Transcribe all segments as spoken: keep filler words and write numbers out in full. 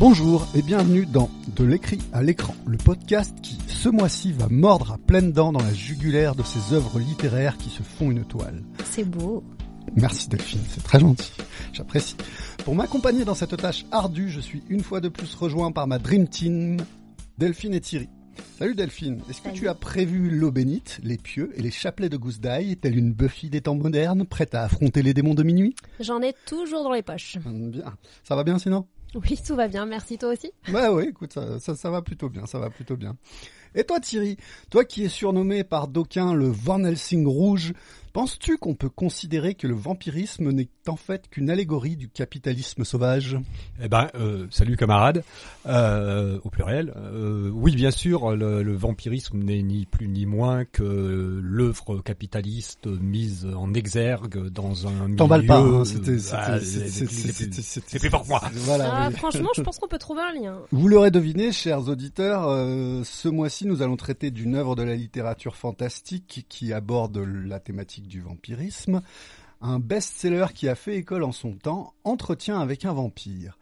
Bonjour et bienvenue dans De l'écrit à l'écran, le podcast qui, ce mois-ci, va mordre à pleines dents dans la jugulaire de ces œuvres littéraires qui se font une toile. C'est beau. Merci Delphine, c'est très gentil, j'apprécie. Pour m'accompagner dans cette tâche ardue, je suis une fois de plus rejoint par ma Dream Team, Delphine et Thierry. Salut Delphine, est-ce que Salut. tu as prévu l'eau bénite, les pieux et les chapelets de gousse d'ail, telle une Buffy des temps modernes, prête à affronter les démons de minuit ? J'en ai toujours dans les poches. Bien, ça va bien sinon ? Oui, tout va bien, merci, toi aussi. Ouais, ouais, écoute, ça, ça, ça va plutôt bien, ça va plutôt bien. Et toi Thierry, toi qui es surnommé par d'aucuns le Van Helsing rouge, penses-tu qu'on peut considérer que le vampirisme n'est en fait qu'une allégorie du capitalisme sauvage ? Eh ben, euh, salut camarades, euh, au pluriel. Euh, oui, bien sûr, le, le vampirisme n'est ni plus ni moins que l'œuvre capitaliste mise en exergue dans un milieu... T'emballes pas, hein, c'était... Ah, c'était- c'est- c'était- c'est- c'était- c'est- c'est plus fort que moi. Voilà, Ah, oui. franchement, je pense qu'on peut trouver un lien. Vous l'aurez deviné, chers auditeurs, euh, ce mois-ci, nous allons traiter d'une œuvre de la littérature fantastique qui aborde la thématique du vampirisme. Un best-seller qui a fait école en son temps, Entretien avec un vampire.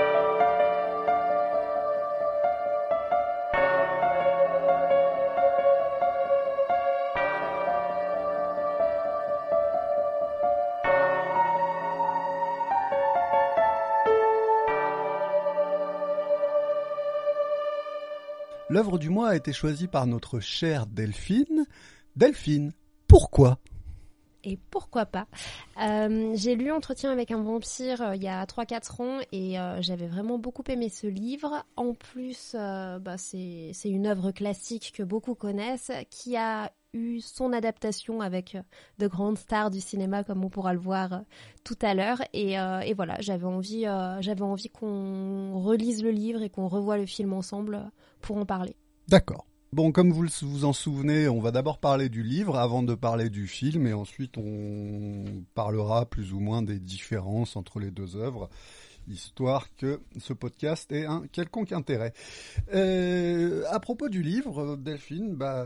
L'œuvre du mois a été choisie par notre chère Delphine. Delphine, pourquoi ? Et pourquoi pas. Euh, j'ai lu Entretien avec un vampire euh, il y a trois quatre ans et euh, j'avais vraiment beaucoup aimé ce livre. En plus, euh, bah, c'est, c'est une œuvre classique que beaucoup connaissent, qui a eu son adaptation avec euh, de grandes stars du cinéma, comme on pourra le voir euh, tout à l'heure. Et, euh, et voilà, j'avais envie, euh, j'avais envie qu'on relise le livre et qu'on revoie le film ensemble euh, pour en parler. D'accord. Bon, comme vous le- vous en souvenez, on va d'abord parler du livre avant de parler du film et ensuite on parlera plus ou moins des différences entre les deux œuvres, histoire que ce podcast ait un quelconque intérêt. Euh, à propos du livre, Delphine, bah,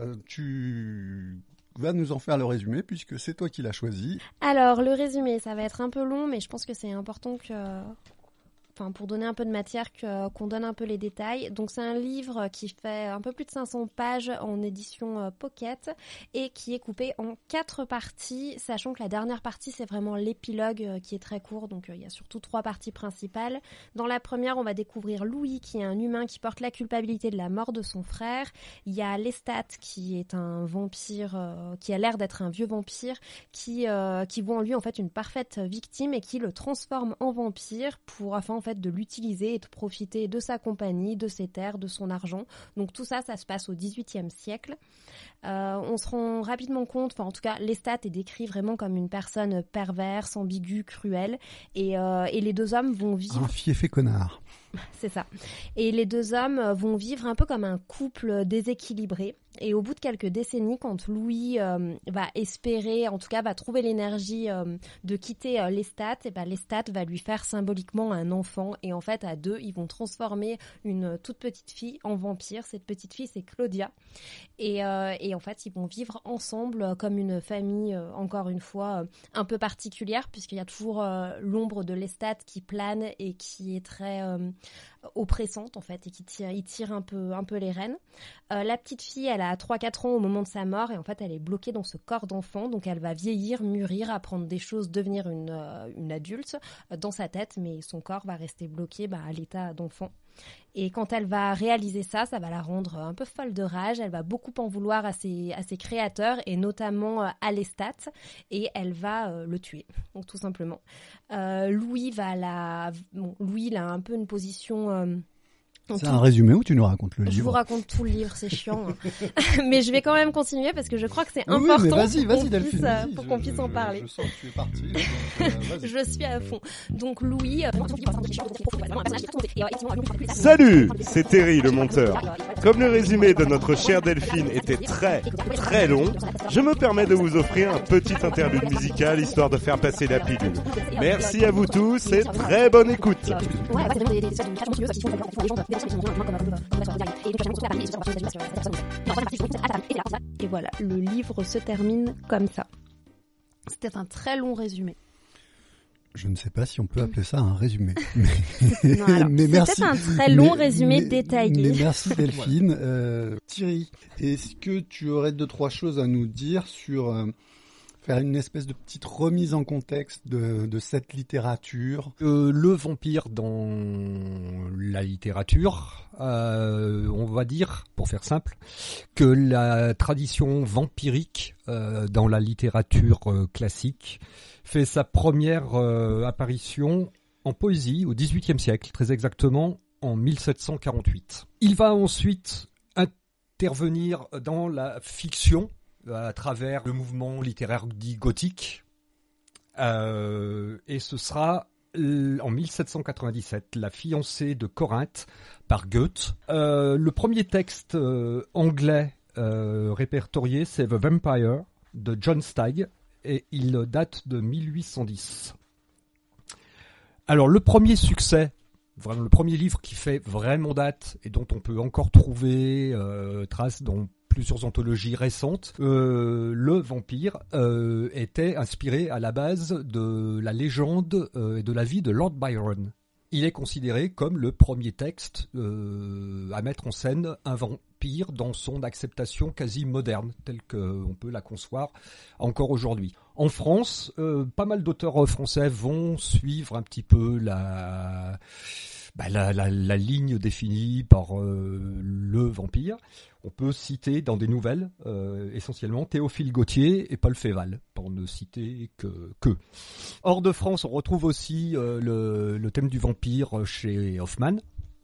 tu vas nous en faire le résumé puisque c'est toi qui l'as choisi. Alors, le résumé, ça va être un peu long, mais je pense que c'est important que... Enfin, pour donner un peu de matière, que, qu'on donne un peu les détails. Donc, c'est un livre qui fait un peu plus de cinq cents pages en édition euh, Pocket et qui est coupé en quatre parties, sachant que la dernière partie, c'est vraiment l'épilogue euh, qui est très court. Donc, euh, il y a surtout trois parties principales. Dans la première, on va découvrir Louis, qui est un humain qui porte la culpabilité de la mort de son frère. Il y a Lestat, qui est un vampire, euh, qui a l'air d'être un vieux vampire, qui, euh, qui voit en lui, en fait, une parfaite victime et qui le transforme en vampire pour, afin, en fait, de l'utiliser et de profiter de sa compagnie, de ses terres, de son argent. Donc tout ça, ça se passe au dix-huitième siècle. Euh, on se rend rapidement compte, enfin en tout cas, Lestat est décrit vraiment comme une personne perverse, ambiguë, cruelle, et, euh, et les deux hommes vont vivre... Un fiefé connard. C'est ça. Et les deux hommes vont vivre un peu comme un couple déséquilibré. Et au bout de quelques décennies, quand Louis euh, va espérer, en tout cas va trouver l'énergie euh, de quitter euh, Lestat, et ben Lestat va lui faire symboliquement un enfant. Et en fait, à deux, ils vont transformer une toute petite fille en vampire. Cette petite fille, c'est Claudia. Et, euh, et en fait, ils vont vivre ensemble euh, comme une famille, euh, encore une fois, euh, un peu particulière, puisqu'il y a toujours euh, l'ombre de Lestat qui plane et qui est très... Euh, oppressante en fait et qui tire, il tire un peu, un peu les rênes. Euh, la petite fille, elle a trois quatre ans au moment de sa mort et en fait elle est bloquée dans ce corps d'enfant, donc elle va vieillir, mûrir, apprendre des choses, devenir une, euh, une adulte euh, dans sa tête, mais son corps va rester bloqué bah, à l'état d'enfant. Et quand elle va réaliser ça, ça va la rendre un peu folle de rage. Elle va beaucoup en vouloir à ses, à ses créateurs et notamment euh, à Lestat, et elle va euh, le tuer, donc tout simplement. Euh, Louis va la, bon, Louis il a un peu une position. Euh, C'est un résumé ou tu nous racontes le Je livre ? vous raconte tout le livre, c'est chiant. hein. Mais je vais quand même continuer parce que je crois que c'est Oui, important mais vas-y, pour, vas-y, qu'on Delphine, puisse, vas-y, pour je- qu'on puisse en je- parler. Je sens que tu es parti. donc, euh, vas-y. Je suis à fond. Donc Louis... euh, Salut, c'est Terry le monteur. Comme le résumé de notre chère Delphine était très très long, je me permets de vous offrir un petit interlude musical histoire de faire passer la pilule. Merci à vous tous et très bonne écoute. Et voilà, le livre se termine comme ça. C'était un très long résumé. Je ne sais pas si on peut appeler ça un résumé. Mais, non, alors, mais merci. C'est peut-être un très long mais, résumé mais, détaillé. Mais merci Delphine. euh, Thierry, est-ce que tu aurais deux, trois choses à nous dire sur euh, faire une espèce de petite remise en contexte de, de cette littérature? Euh, le vampire dans la littérature, euh, on va dire, pour faire simple, que la tradition vampirique euh, dans la littérature euh, classique fait sa première euh, apparition en poésie au dix-huitième siècle, très exactement en mille sept cent quarante-huit. Il va ensuite intervenir dans la fiction à travers le mouvement littéraire dit gothique, euh, et ce sera en mille sept cent quatre-vingt-dix-sept, La fiancée de Corinthe par Goethe. Euh, le premier texte euh, anglais euh, répertorié, c'est The Vampire de John Stagg, et il date de mille huit cent dix. Alors le premier succès, vraiment le premier livre qui fait vraiment date et dont on peut encore trouver euh, trace dans plusieurs anthologies récentes, euh, le vampire euh, était inspiré à la base de la légende euh, et de la vie de Lord Byron. Il est considéré comme le premier texte euh, à mettre en scène un vampire dans son acceptation quasi moderne, telle qu'on peut la concevoir encore aujourd'hui. En France, euh, pas mal d'auteurs français vont suivre un petit peu la, bah, la, la, la ligne définie par euh, le vampire. On peut citer dans des nouvelles, euh, essentiellement, Théophile Gautier et Paul Féval, pour ne citer que. que. Hors de France, on retrouve aussi euh, le, le thème du vampire chez Hoffmann,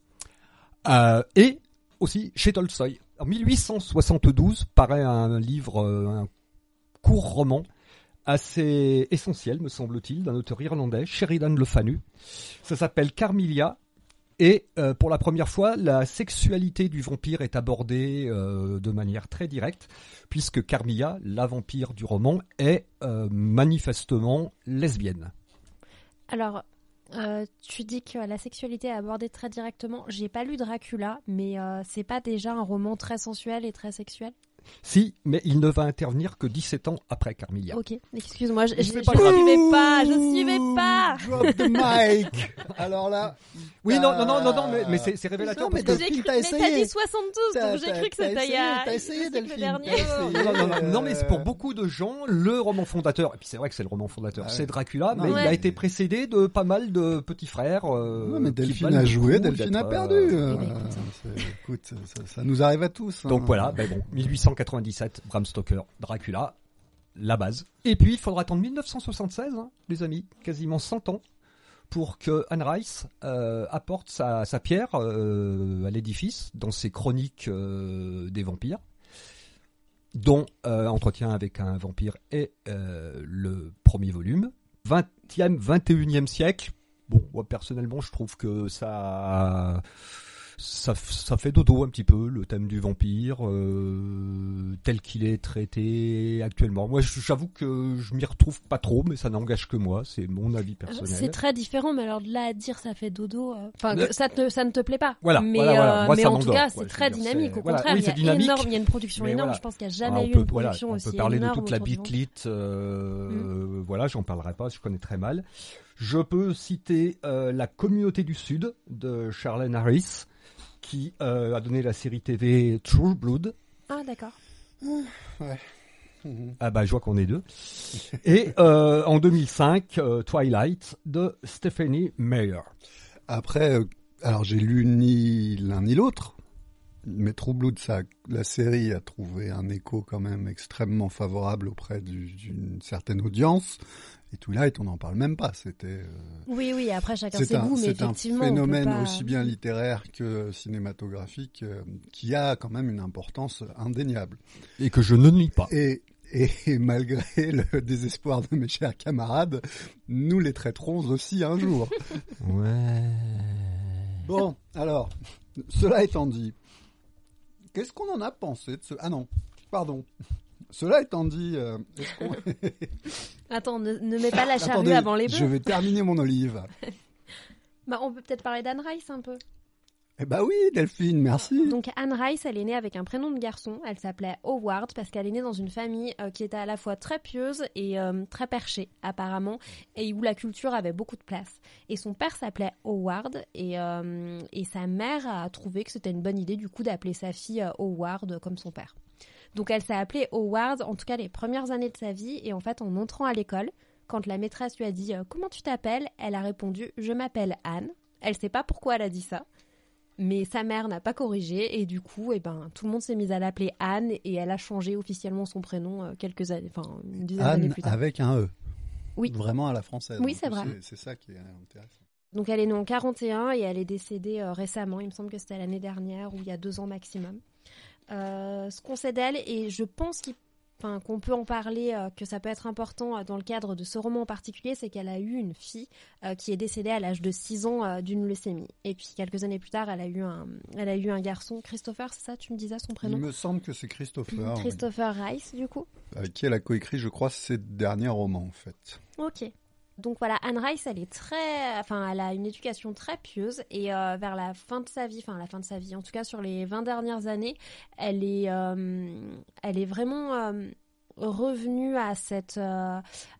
euh, et aussi chez Tolstoï. En mille huit cent soixante-douze paraît un livre, un court roman, assez essentiel, me semble-t-il, d'un auteur irlandais, Sheridan Le Fanu. Ça s'appelle Carmilla. Et euh, pour la première fois, la sexualité du vampire est abordée euh, de manière très directe, puisque Carmilla, la vampire du roman, est euh, manifestement lesbienne. Alors, euh, tu dis que la sexualité est abordée très directement. J'ai pas lu Dracula, mais euh, c'est pas déjà un roman très sensuel et très sexuel ? Si, mais il ne va intervenir que dix-sept ans après Carmilla. Ok, excuse-moi, je, je, je, je je suivais pas, je suivais pas. Drop the mic. Alors là. Oui, non, non, non, non, non, mais, mais c'est, c'est révélateur. Non, mais parce que Delphine, j'ai cru, t'as mais essayé. t'as dit soixante-douze, T'as, donc j'ai t'as, cru que c'était il y a. T'as essayé, Delphine. Le dernier. T'as essayé. Non, non, non, non, mais c'est pour beaucoup de gens le roman fondateur. Et puis c'est vrai que c'est le roman fondateur, ah ouais. c'est Dracula, Non, mais ouais. il a été précédé de pas mal de petits frères. Euh, Ouais, mais qui Delphine valent a le joué, coup Delphine a d'être, perdu. euh, Euh, Eh ben, écoute, c'est- écoute, ça, ça nous arrive à tous. Hein. Donc voilà, ben bon, mille huit cent quatre-vingt-dix-sept, Bram Stoker, Dracula, la base. Et puis il faudra attendre mille neuf cent soixante-seize, hein, les amis, quasiment cent ans, pour que Anne Rice euh, apporte sa, sa pierre euh, à l'édifice dans ses chroniques euh, des vampires, dont euh, Entretien avec un vampire est euh, le premier volume. vingtième, vingt et unième siècle, bon, moi personnellement je trouve que ça... Ça, ça fait dodo un petit peu, le thème du vampire, euh, tel qu'il est traité actuellement. Moi, j'avoue que je m'y retrouve pas trop, mais ça n'engage que moi, c'est mon avis personnel. C'est très différent, mais alors de là à dire ça fait dodo, enfin Mais... que ça, te, ça ne te plaît pas. Voilà, mais voilà, voilà. Moi, mais ça en m'endort, tout cas, quoi, c'est très dire, dynamique. c'est... Au Voilà. contraire, Oui, il, y c'est a dynamique. énorme, il y a une production Mais énorme. voilà. Je pense qu'il n'y a Ah, jamais on eu peut, une voilà, production on aussi peut parler de énorme toute la autour du beatlit, euh, Mm. voilà, j'en parlerai pas, je connais très mal. Je peux citer euh, La Communauté du Sud de Charlene Harris, qui euh, a donné la série T V True Blood. Ah d'accord. Ouais. Mhm. Ah bah je vois qu'on est deux. Et euh, en deux mille cinq, euh, Twilight de Stephanie Meyer. Après, euh, alors j'ai lu ni l'un ni l'autre, mais True Blood, ça, la série a trouvé un écho quand même extrêmement favorable auprès du, d'une certaine audience. Et Twilight, on n'en parle même pas. C'était. Euh, Oui, oui. Après, chacun c'est ses un, goûts, mais c'est effectivement, un phénomène on peut pas... aussi bien littéraire que cinématographique euh, qui a quand même une importance indéniable. Et que je ne nie pas. Et, et, et malgré le désespoir de mes chers camarades, nous les traiterons aussi un jour. Ouais. Bon, alors, cela étant dit, qu'est-ce qu'on en a pensé de ce... Ah non, pardon. Cela étant dit, euh, est-ce qu'on... Attends, ne, ne mets pas la charrue Attendez, avant les bœufs. je vais terminer mon olive. Bah, on peut peut-être parler d'Anne Rice un peu. Eh bah oui, Delphine, merci. Donc Anne Rice, elle est née avec un prénom de garçon. Elle s'appelait Howard parce qu'elle est née dans une famille euh, qui était à la fois très pieuse et euh, très perchée apparemment, et où la culture avait beaucoup de place. Et son père s'appelait Howard et, euh, et sa mère a trouvé que c'était une bonne idée du coup d'appeler sa fille euh, Howard comme son père. Donc elle s'est appelée Howard en tout cas les premières années de sa vie, et en fait en entrant à l'école, quand la maîtresse lui a dit euh, « Comment tu t'appelles ?», elle a répondu « Je m'appelle Anne ». Elle sait pas pourquoi elle a dit ça. Mais sa mère n'a pas corrigé et du coup, eh ben, tout le monde s'est mis à l'appeler Anne et elle a changé officiellement son prénom euh, quelques années, enfin une dizaine Anne d'années plus tard. avec un E. Oui. Vraiment à la française. Oui, Donc, c'est vrai. C'est, c'est ça qui est intéressant. Donc elle est née en quarante et un et elle est décédée euh, récemment. Il me semble que c'était l'année dernière ou il y a deux ans maximum. Euh, ce qu'on sait d'elle, et je pense qu'il Enfin, qu'on peut en parler, euh, que ça peut être important euh, dans le cadre de ce roman en particulier, c'est qu'elle a eu une fille euh, qui est décédée à l'âge de six ans euh, d'une leucémie. Et puis quelques années plus tard, elle a eu un, elle a eu un garçon, Christopher, c'est ça, tu me disais son prénom ? Il me semble que c'est Christopher. Christopher oui. Rice, du coup. Avec qui elle a coécrit, je crois, ses derniers romans, en fait. Ok. Donc voilà, Anne Rice, elle est très, enfin, elle a une éducation très pieuse et euh, vers la fin de sa vie, enfin la fin de sa vie, en tout cas sur les vingt dernières années, elle est, euh, elle est vraiment euh, revenue à cette, euh,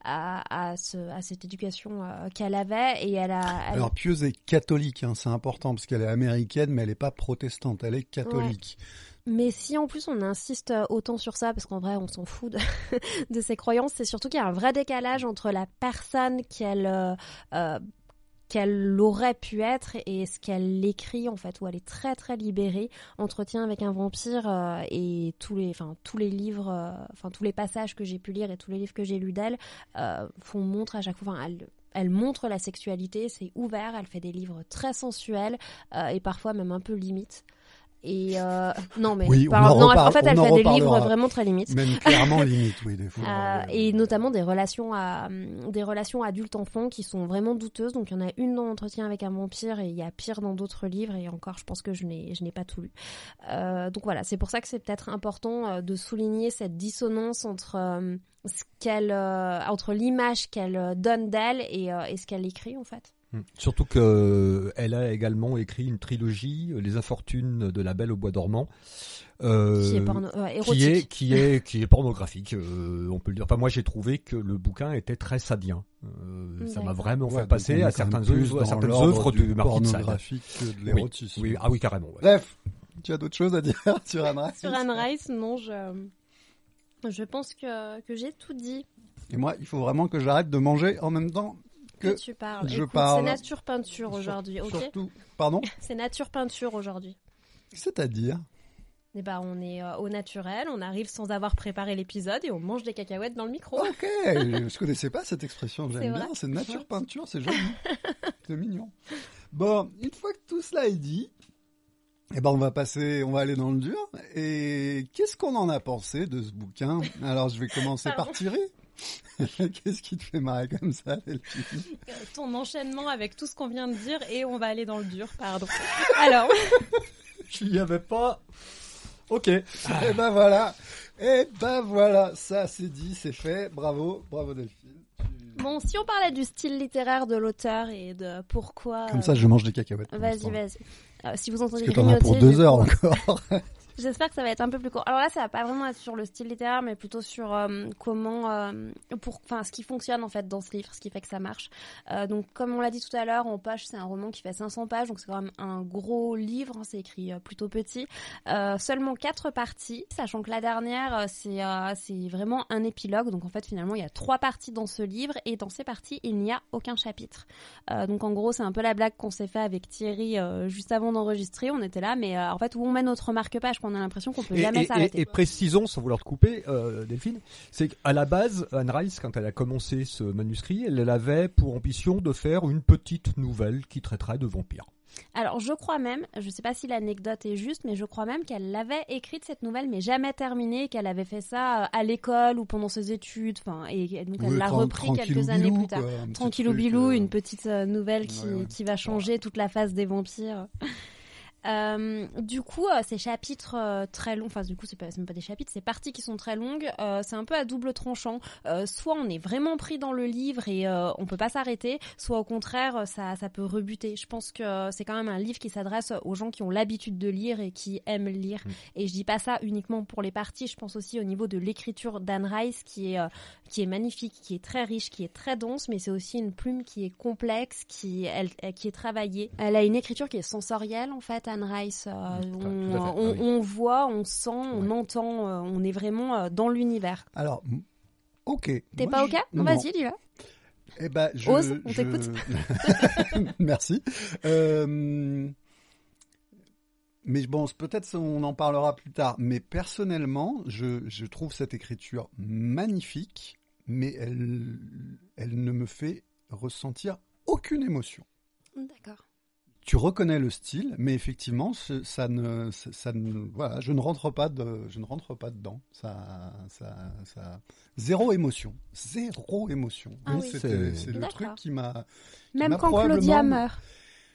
à, à, ce, à cette éducation euh, qu'elle avait et elle a. Elle... Alors pieuse et catholique, hein, c'est important parce qu'elle est américaine, mais elle n'est pas protestante, elle est catholique. Ouais. Mais si en plus on insiste autant sur ça, parce qu'en vrai on s'en fout de, de ses croyances, c'est surtout qu'il y a un vrai décalage entre la personne qu'elle, euh, euh, qu'elle aurait pu être et ce qu'elle écrit en fait, où elle est très très libérée. Entretien avec un vampire euh, et tous les, enfin tous les livres, euh, enfin tous les passages que j'ai pu lire et tous les livres que j'ai lus d'elle euh, font montre à chaque fois. Enfin, elle, Elle montre la sexualité, c'est ouvert, elle fait des livres très sensuels euh, et parfois même un peu limites. Et euh, non mais oui, par, en, non, reparle, en fait elle en fait des livres vraiment très limites, même clairement limites, oui des fois. Euh, et notamment des relations à des relations adultes-enfants qui sont vraiment douteuses. Donc il y en a une dans Entretien avec un vampire et il y a pire dans d'autres livres, et encore je pense que je n'ai je n'ai pas tout lu. Euh, donc voilà, c'est pour ça que c'est peut-être important euh, de souligner cette dissonance entre euh, ce qu'elle euh, entre l'image qu'elle donne d'elle et, euh, et ce qu'elle écrit en fait. Surtout qu'elle a également écrit une trilogie, Les Infortunes de la Belle au Bois dormant, euh, qui est porno, euh, érotique, qui est qui est qui est pornographique. Euh, on peut le dire. Enfin, moi, j'ai trouvé que le bouquin était très sadien. Euh, ça m'a vraiment ouais, fait passer à certaines œuvres, à certaines œuvres du Marquis de Sade. Que de l'érotisme. Oui, oui, ah oui, carrément. Ouais. Bref, tu as d'autres choses à dire sur Anne Rice ? Sur Anne Rice, non, je je pense que que j'ai tout dit. Et moi, il faut vraiment que j'arrête de manger en même temps que, que tu parles. Je Écoute, parle. C'est nature peinture aujourd'hui, Sur, ok ? Surtout, pardon ? C'est nature peinture aujourd'hui. C'est-à-dire ? Eh ben, on est euh, au naturel, on arrive sans avoir préparé l'épisode et on mange des cacahuètes dans le micro. Ok, je connaissais pas cette expression, j'aime C'est bien, vrai. c'est nature peinture, c'est joli, c'est mignon. Bon, une fois que tout cela est dit, eh ben on va passer, on va aller dans le dur. Et qu'est-ce qu'on en a pensé de ce bouquin ? Alors je vais commencer Pardon. par Thierry. Qu'est-ce qui te fait marrer comme ça, Delphine ? Ton enchaînement avec tout ce qu'on vient de dire et on va aller dans le dur, pardon. Alors, Je n'y avais pas. Ok. Et ben voilà, et ben voilà, ça c'est dit, c'est fait, bravo, bravo Delphine. Tu... bon, si on parlait du style littéraire de l'auteur et de pourquoi... Comme ça je mange des cacahuètes. pour Vas-y, l'instant. vas-y. Euh, si vous entendez Parce que t'en as grignoter, pour je deux vais heures pouvoir- encore. J'espère que ça va être un peu plus court. Alors là, ça va pas vraiment être sur le style littéraire, mais plutôt sur euh, comment, euh, pour, enfin, ce qui fonctionne en fait dans ce livre, ce qui fait que ça marche. Euh, donc, comme on l'a dit tout à l'heure, en page, c'est un roman qui fait cinq cents pages, donc c'est quand même un gros livre. Hein, c'est écrit euh, plutôt petit. Euh, seulement quatre parties, sachant que la dernière, euh, c'est, euh, c'est vraiment un épilogue. Donc en fait, finalement, il y a trois parties dans ce livre, et dans ces parties, il n'y a aucun chapitre. Euh, donc en gros, c'est un peu la blague qu'on s'est fait avec Thierry euh, juste avant d'enregistrer. On était là, mais euh, en fait, où on met notre marque-page, qu'on a l'impression qu'on peut Et, jamais et, s'arrêter. et, et précisons, sans vouloir te couper, euh, Delphine, c'est qu'à la base, Anne Rice, quand elle a commencé ce manuscrit, elle avait pour ambition de faire une petite nouvelle qui traiterait de vampires. Alors, je crois même, je sais pas si l'anecdote est juste, mais je crois même qu'elle l'avait écrite cette nouvelle, mais jamais terminée, qu'elle avait fait ça à l'école ou pendant ses études, enfin, et donc elle Oui, l'a tran- repris quelques années tranquillou plus tard. bilou, quoi, un petit Tranquillou truc, bilou, euh, une petite euh, nouvelle qui, ouais, ouais. qui va changer toute la face des vampires. Euh, du coup, euh, ces chapitres euh, très longs, enfin du coup c'est pas, c'est même pas des chapitres, ces parties qui sont très longues, euh, c'est un peu à double tranchant. Euh, soit on est vraiment pris dans le livre et euh, on peut pas s'arrêter, soit au contraire ça, ça peut rebuter. Je pense que c'est quand même un livre qui s'adresse aux gens qui ont l'habitude de lire et qui aiment lire. Mmh. Et je dis pas ça uniquement pour les parties, je pense aussi au niveau de l'écriture d'Anne Rice qui est, euh, qui est magnifique, qui est très riche, qui est très dense, mais c'est aussi une plume qui est complexe, qui, elle, qui est travaillée. Elle a une écriture qui est sensorielle en fait. Anne Rice, euh, on, on, ah oui. on voit, on sent, ouais. on entend, euh, on est vraiment euh, dans l'univers. Alors, ok. T'es Moi, pas je... ok? Non, vas-y, dis-le. Eh ben, je, Ose, on je... t'écoute. Merci. Euh... Mais bon, peut-être on en parlera plus tard. Mais personnellement, je, je trouve cette écriture magnifique, mais elle, elle ne me fait ressentir aucune émotion. D'accord. Tu reconnais le style, mais effectivement, ça ne, ça, ça ne, voilà, je ne rentre pas de, je ne rentre pas dedans. Ça, ça, ça, zéro émotion, zéro émotion. Ah oui. C'est, c'est le truc qui m'a. Qui Même m'a quand probablement... Claudia meurt.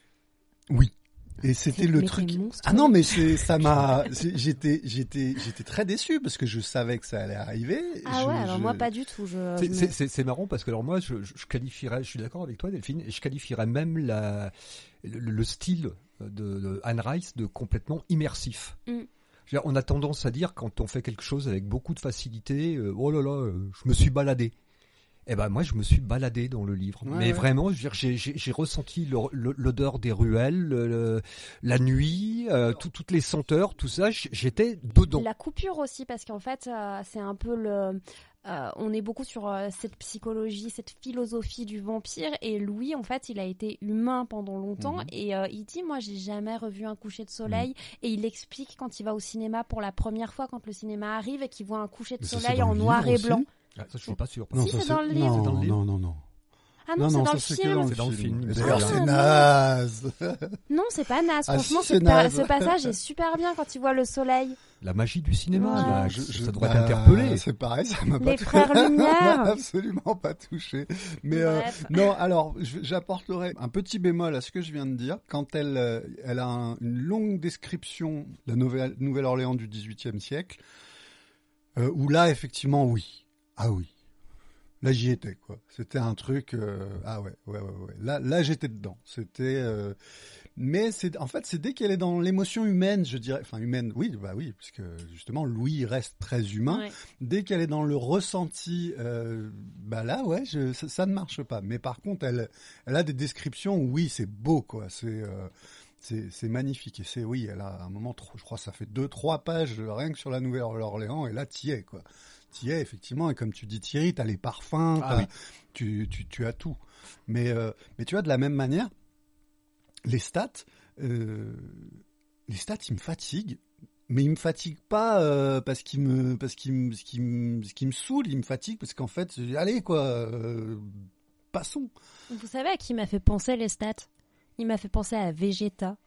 Oui. Et c'était c'est, le mais truc. Ah non, mais c'est, ça m'a. J'étais, j'étais, j'étais très déçu parce que je savais que ça allait arriver. Ah je, ouais, alors je... moi pas du tout. Je... C'est, c'est, c'est, c'est marrant parce que alors moi, je, je qualifierais, je suis d'accord avec toi, Delphine, et je qualifierais même la, le, le style de, de Anne Rice de complètement immersif. Mm. Je veux dire, on a tendance à dire quand on fait quelque chose avec beaucoup de facilité, euh, oh là là, euh, je me suis baladé. Eh ben moi je me suis baladé dans le livre, ouais, mais ouais. vraiment, je veux dire, j'ai, j'ai, j'ai ressenti le, le, l'odeur des ruelles, le, le, la nuit, euh, tout, toutes les senteurs, tout ça, j'étais dedans. La coupure aussi, parce qu'en fait, euh, c'est un peu le. Euh, on est beaucoup sur euh, cette psychologie, cette philosophie du vampire, et Louis, en fait, il a été humain pendant longtemps, mmh. et euh, il dit, moi, j'ai jamais revu un coucher de soleil, mmh. et il explique quand il va au cinéma pour la première fois, quand le cinéma arrive, et qu'il voit un coucher de mais soleil en noir et blanc. Ah, ça, je suis pas sûr. Non, si, ça, c'est, dans le livre. Non, c'est dans le livre. non, non, non. Ah non, non c'est, non, dans ça, c'est, c'est, dans c'est dans le film. film. D'ailleurs, ah, c'est naze. Non, c'est pas naze. Ah, Franchement, si, ce, c'est naze. Pa- ce passage est super bien quand il voit le soleil. La magie du cinéma, ouais. là, je, je, ça devrait bah, t'interpeller. C'est pareil, ça m'a Les pas frères touché. Lumière. Absolument pas touché. Mais euh, non, alors j'apporterai un petit bémol à ce que je viens de dire. Quand elle, euh, elle a un, une longue description de la Nouvelle, Nouvelle-Orléans du dix-huitième siècle, euh, où là, effectivement, oui. Ah oui. Là, j'y étais, quoi. C'était un truc. Euh... Ah ouais, ouais, ouais, ouais. Là, là, j'étais dedans. C'était. Euh... Mais c'est, en fait, c'est dès qu'elle est dans l'émotion humaine, je dirais. Enfin, humaine, oui, bah oui, puisque justement, Louis reste très humain. Ouais. Dès qu'elle est dans le ressenti, euh... bah là, ouais, je... ça, ça ne marche pas. Mais par contre, elle, elle a des descriptions où oui, c'est beau, quoi. C'est. Euh... C'est, c'est magnifique et c'est oui, elle a un moment, je crois, ça fait deux, trois pages rien que sur la Nouvelle-Orléans et là, t'y es, quoi. T'y es, effectivement, et comme tu dis, Thierry, t'as les parfums, ah, oui. tu, tu, tu as tout. Mais, euh, mais tu vois, de la même manière, les stats, euh, les stats, ils me fatiguent, mais ils me fatiguent pas euh, parce qu'ils me, parce qu'ils me, ce qui me, ce qui me saoule, ils me fatiguent parce qu'en fait, allez, quoi, euh, passons. Vous savez à qui m'a fait penser les stats ? Il m'a fait penser à Vegeta.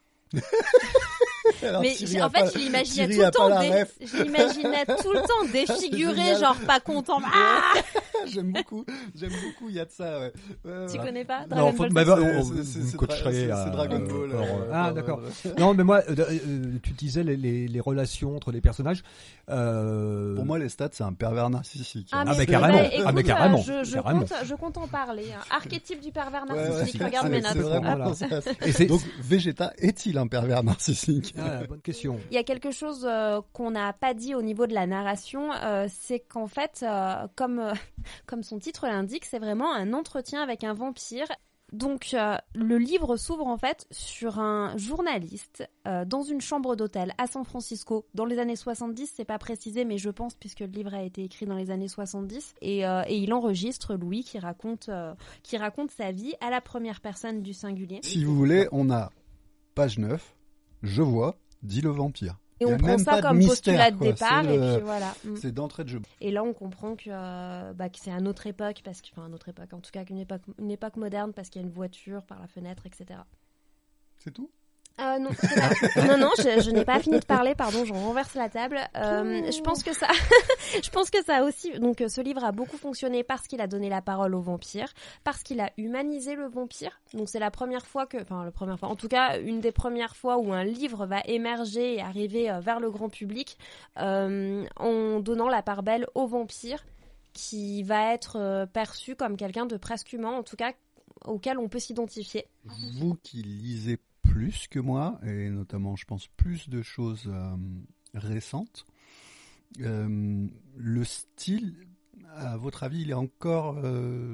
Alors, mais Thierry en fait, pas, je l'imaginais Thierry tout le temps, dé... je l'imaginais tout le temps défiguré, genre pas content. Ah j'aime beaucoup, j'aime beaucoup. Il y a de ça. Ouais. Ouais, tu ouais. connais pas Dragon non, Ball bah, Z on, c'est, c'est, c'est, coacherait c'est, à, c'est Dragon Ball. Euh, euh, ah euh, d'accord. Euh, non, mais moi, euh, euh, tu disais les, les, les relations entre les personnages. Euh... Pour moi, les stats, c'est un pervers narcissique. Ah, mais, ah, mais carrément. Bah, écoute, ah, mais carrément. Je, je, carrément. Compte, je compte en parler. Hein. Archétype du pervers narcissique. Ouais, ouais, regarde mes notes. Voilà. Et c'est... Donc, Vegeta est-il un pervers narcissique? Ah, bonne question. Il y a quelque chose euh, qu'on n'a pas dit au niveau de la narration, euh, c'est qu'en fait, euh, comme, euh, comme son titre l'indique, c'est vraiment un entretien avec un vampire. Donc, euh, le livre s'ouvre en fait sur un journaliste euh, dans une chambre d'hôtel à San Francisco dans les années soixante-dix, c'est pas précisé, mais je pense puisque le livre a été écrit dans les années soixante-dix, et, euh, et il enregistre Louis qui raconte, euh, qui raconte sa vie à la première personne du singulier. Si vous voulez, on a page neuf, je vois, dit le vampire. Et on prend ça comme postulat de départ, le... et puis voilà. C'est d'entrée de jeu. Et là, on comprend que, euh, bah, que c'est une autre époque, parce que, enfin, une autre époque, en tout cas, qu'une époque, une époque moderne, parce qu'il y a une voiture par la fenêtre, et cetera. C'est tout ? Euh, non, non, non, je, je n'ai pas fini de parler, pardon, je renverse la table. Euh, je pense que ça, je pense que ça aussi, donc ce livre a beaucoup fonctionné parce qu'il a donné la parole aux vampires, parce qu'il a humanisé le vampire. Donc c'est la première fois que, enfin la première fois, en tout cas une des premières fois où un livre va émerger et arriver vers le grand public euh, en donnant la part belle au vampire, qui va être perçu comme quelqu'un de presque humain, en tout cas auquel on peut s'identifier. Vous qui lisez plus que moi, et notamment, je pense, plus de choses euh, récentes. Euh, le style, à votre avis, il est encore euh,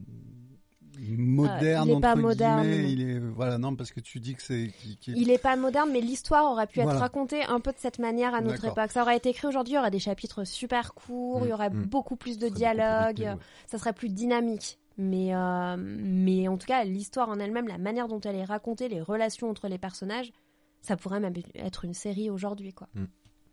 moderne, euh, il est entre pas guillemets. moderne. Il est, voilà, non, parce que tu dis que c'est... Qui, qui... Il est pas moderne, mais l'histoire aurait pu Voilà. être racontée un peu de cette manière à notre D'accord. époque. Ça aurait été écrit aujourd'hui, il y aurait des chapitres super courts, Mmh, il y aurait mmh. beaucoup plus de Ça serait dialogue, beaucoup plus rythmé, ouais. ça serait plus dynamique. Mais, euh, mais en tout cas, l'histoire en elle-même, la manière dont elle est racontée, les relations entre les personnages, ça pourrait même être une série aujourd'hui, quoi. Mmh.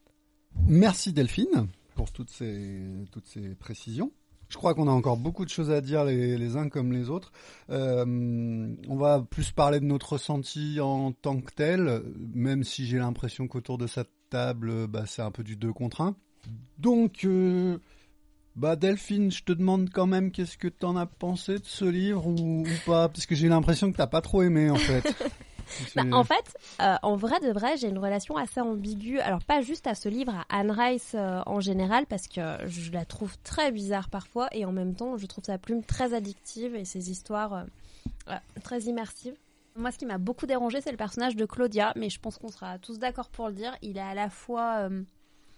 Merci Delphine pour toutes ces, toutes ces précisions. Je crois qu'on a encore beaucoup de choses à dire les, les uns comme les autres. Euh, on va plus parler de notre ressenti en tant que tel, même si j'ai l'impression qu'autour de cette table, bah, c'est un peu du deux contre un. Donc... Euh, Bah Delphine, je te demande quand même qu'est-ce que t'en as pensé de ce livre ou, ou pas, parce que j'ai l'impression que t'as pas trop aimé en fait. Bah, en fait, euh, en vrai de vrai, j'ai une relation assez ambiguë. Alors pas juste à ce livre, à Anne Rice euh, en général, parce que je la trouve très bizarre parfois, et en même temps, je trouve sa plume très addictive et ses histoires euh, euh, très immersives. Moi, ce qui m'a beaucoup dérangé, c'est le personnage de Claudia, mais je pense qu'on sera tous d'accord pour le dire. Il est à la fois... Euh,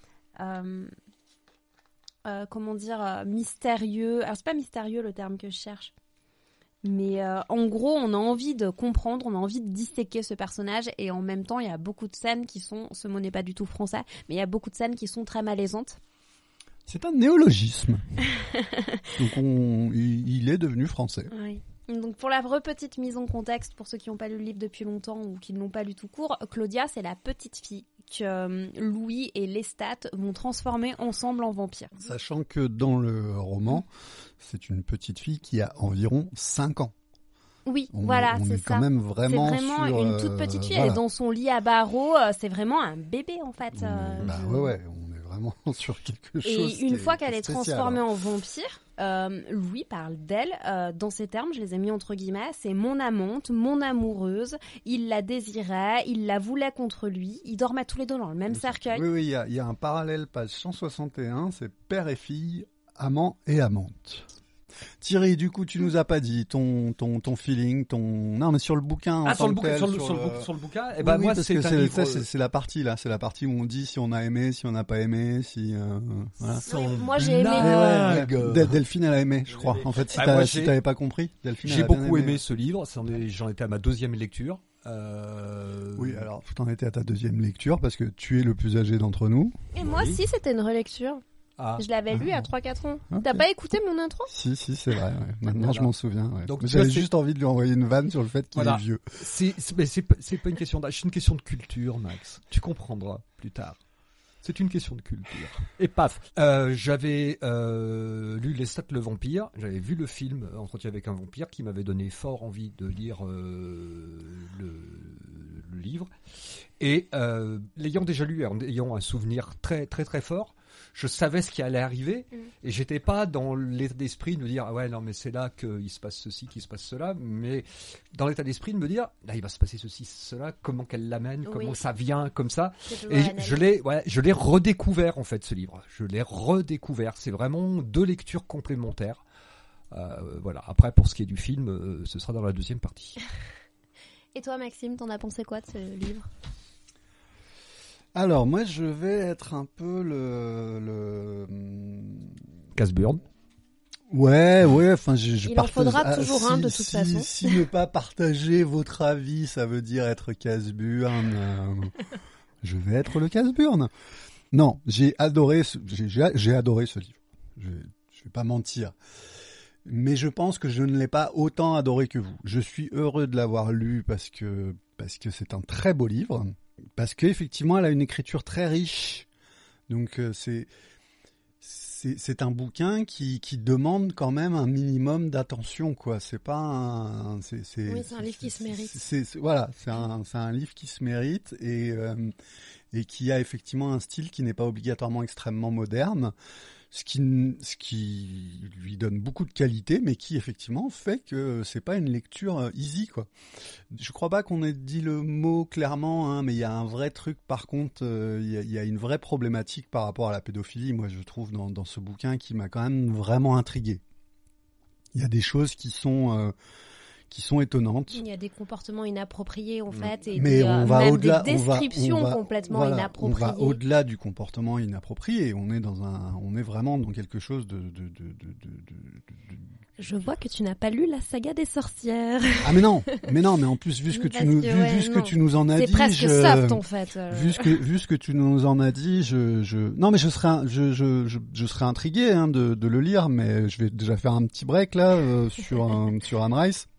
euh, Euh, comment dire, euh, mystérieux. Alors, c'est pas mystérieux le terme que je cherche. Mais euh, en gros, on a envie de comprendre, on a envie de disséquer ce personnage. Et en même temps, il y a beaucoup de scènes qui sont... Ce mot n'est pas du tout français, mais il y a beaucoup de scènes qui sont très malaisantes. C'est un néologisme. Donc, on, il, il est devenu français. Oui. Donc, pour la vraie petite mise en contexte, pour ceux qui n'ont pas lu le livre depuis longtemps ou qui ne l'ont pas lu tout court, Claudia, c'est la petite fille que euh, Louis et Lestat vont transformer ensemble en vampire. Sachant que dans le roman, c'est une petite fille qui a environ cinq ans. Oui, On, voilà, on c'est est ça. quand même vraiment, c'est vraiment sur, une euh, toute petite fille, voilà. elle est dans son lit à barreaux, euh, c'est vraiment un bébé en fait. Euh, bah je... ouais, ouais, on est vraiment sur quelque Et chose. une qui fois est, qu'elle qui est spécial, transformée hein. en vampire, euh, Louis parle d'elle euh, dans ces termes, je les ai mis entre guillemets, c'est mon amante, mon amoureuse, il la désirait, il la voulait contre lui, ils dormaient tous les deux dans le même cercueil. Oui, oui, il y a, il y a un parallèle, page cent soixante et un, c'est père et fille, amant et amante. Thierry, du coup, tu nous as pas dit ton ton ton feeling, ton non mais sur le bouquin en Ah, tant sur le, que bouquin, tel, sur, le, sur sur, le... le, sur le bouquin, eh Oui, ben oui, moi parce c'est que un c'est, livre. ça, c'est, c'est la partie là, c'est la partie où on dit si on a aimé, si on n'a pas aimé, si euh, voilà. Oui, moi j'ai aimé. Mais Blague. ouais, ouais. Del- Delphine elle a aimé, je crois. En fait, si, Bah, t'as, moi, si j'ai- t'avais pas compris, Delphine. J'ai elle a bien beaucoup aimé. ce livre, c'en, est, j'en étais à ma deuxième lecture. Euh... Oui, alors t'en étais à ta deuxième lecture parce que tu es le plus âgé d'entre nous. Et moi Oui. aussi c'était une relecture. Ah. Je l'avais lu Ah. à trois quatre ans. Ok. T'as pas écouté mon intro ? Si, si, c'est vrai. Ouais. Maintenant, je m'en souviens. Ouais. Donc, Mais tu vois, j'avais c'est- juste envie de lui envoyer une vanne sur le fait qu'il Voilà. est vieux. C'est, c'est, mais c'est, pas- c'est pas une question d'âge, c'est une question de culture, Max. Tu comprendras plus tard. C'est une question de culture. Et paf, euh, j'avais euh, lu Lestat le vampire, j'avais vu le film Entretien avec un vampire qui m'avait donné fort envie de lire euh, le, le livre. Et euh, l'ayant déjà lu, en ayant un souvenir très très très fort, je savais ce qui allait arriver Mm. et j'étais pas dans l'état d'esprit de me dire ah ouais non mais c'est là qu'il se passe ceci, qu'il se passe cela, mais dans l'état d'esprit de me dire là il va se passer ceci, cela, comment qu'elle l'amène, Oui. comment ça vient comme ça. C'est toujours Et analyse. je l'ai, ouais, je l'ai redécouvert en fait ce livre. Je l'ai redécouvert. C'est vraiment deux lectures complémentaires. Euh, voilà. Après, pour ce qui est du film, euh, ce sera dans la deuxième partie. Et toi Maxime, t'en as pensé quoi de ce livre ? Alors, moi, je vais être un peu le... le... Casburn. Ouais, ouais, enfin, je, je Il en partage... faudra ah, toujours si, un, de toute si, façon. Si ne pas partager votre avis, ça veut dire être casse-burne. euh, je vais être le casse-burne. Non, j'ai adoré, ce, j'ai, j'ai, j'ai adoré ce livre. Je, je vais pas mentir. Mais je pense que je ne l'ai pas autant adoré que vous. Je suis heureux de l'avoir lu parce que, parce que c'est un très beau livre. Parce qu'effectivement, elle a une écriture très riche. Donc, euh, c'est... c'est, c'est un bouquin qui, qui demande quand même un minimum d'attention, quoi. C'est pas un, c'est, c'est, oui, c'est un livre qui se mérite. C'est, c'est, c'est, voilà, c'est un, c'est un livre qui se mérite et euh, et qui a effectivement un style qui n'est pas obligatoirement extrêmement moderne. Ce qui, ce qui lui donne beaucoup de qualité, mais qui effectivement fait que c'est pas une lecture easy, quoi. Je crois pas qu'on ait dit le mot clairement, hein, mais il y a un vrai truc. Par contre, euh, il y a, il y a une vraie problématique par rapport à la pédophilie. Moi, je trouve dans, dans ce bouquin qui m'a quand même vraiment intrigué. Il y a des choses qui sont euh, qui sont étonnantes. Il y a des comportements inappropriés en fait, et mais des, on euh, va même au-delà, des descriptions on va, on va, complètement voilà, inappropriées. On va au-delà du comportement inapproprié. On est dans un, on est vraiment dans quelque chose de. de, de, de, de, de, de Je vois que tu n'as pas lu la saga des sorcières. Ah mais non, mais non, mais en plus vu ce que tu nous, que, vu, ouais, vu ce non. que tu nous en as c'est dit, presque je, soft en fait. Euh... Vu ce que vu ce que tu nous en as dit, je, je, non mais je serais, un, je, je, je, je serais intrigué hein, de, de le lire, mais je vais déjà faire un petit break là euh, sur un, sur Anne Rice.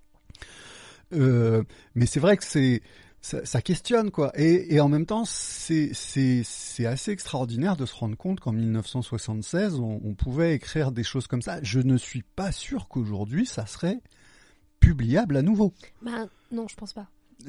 Euh, mais c'est vrai que c'est ça, ça questionne quoi, et, et en même temps c'est c'est c'est assez extraordinaire de se rendre compte qu'en mille neuf cent soixante-seize on, on pouvait écrire des choses comme ça. Je ne suis pas sûr qu'aujourd'hui ça serait publiable à nouveau. Bah non, je pense pas.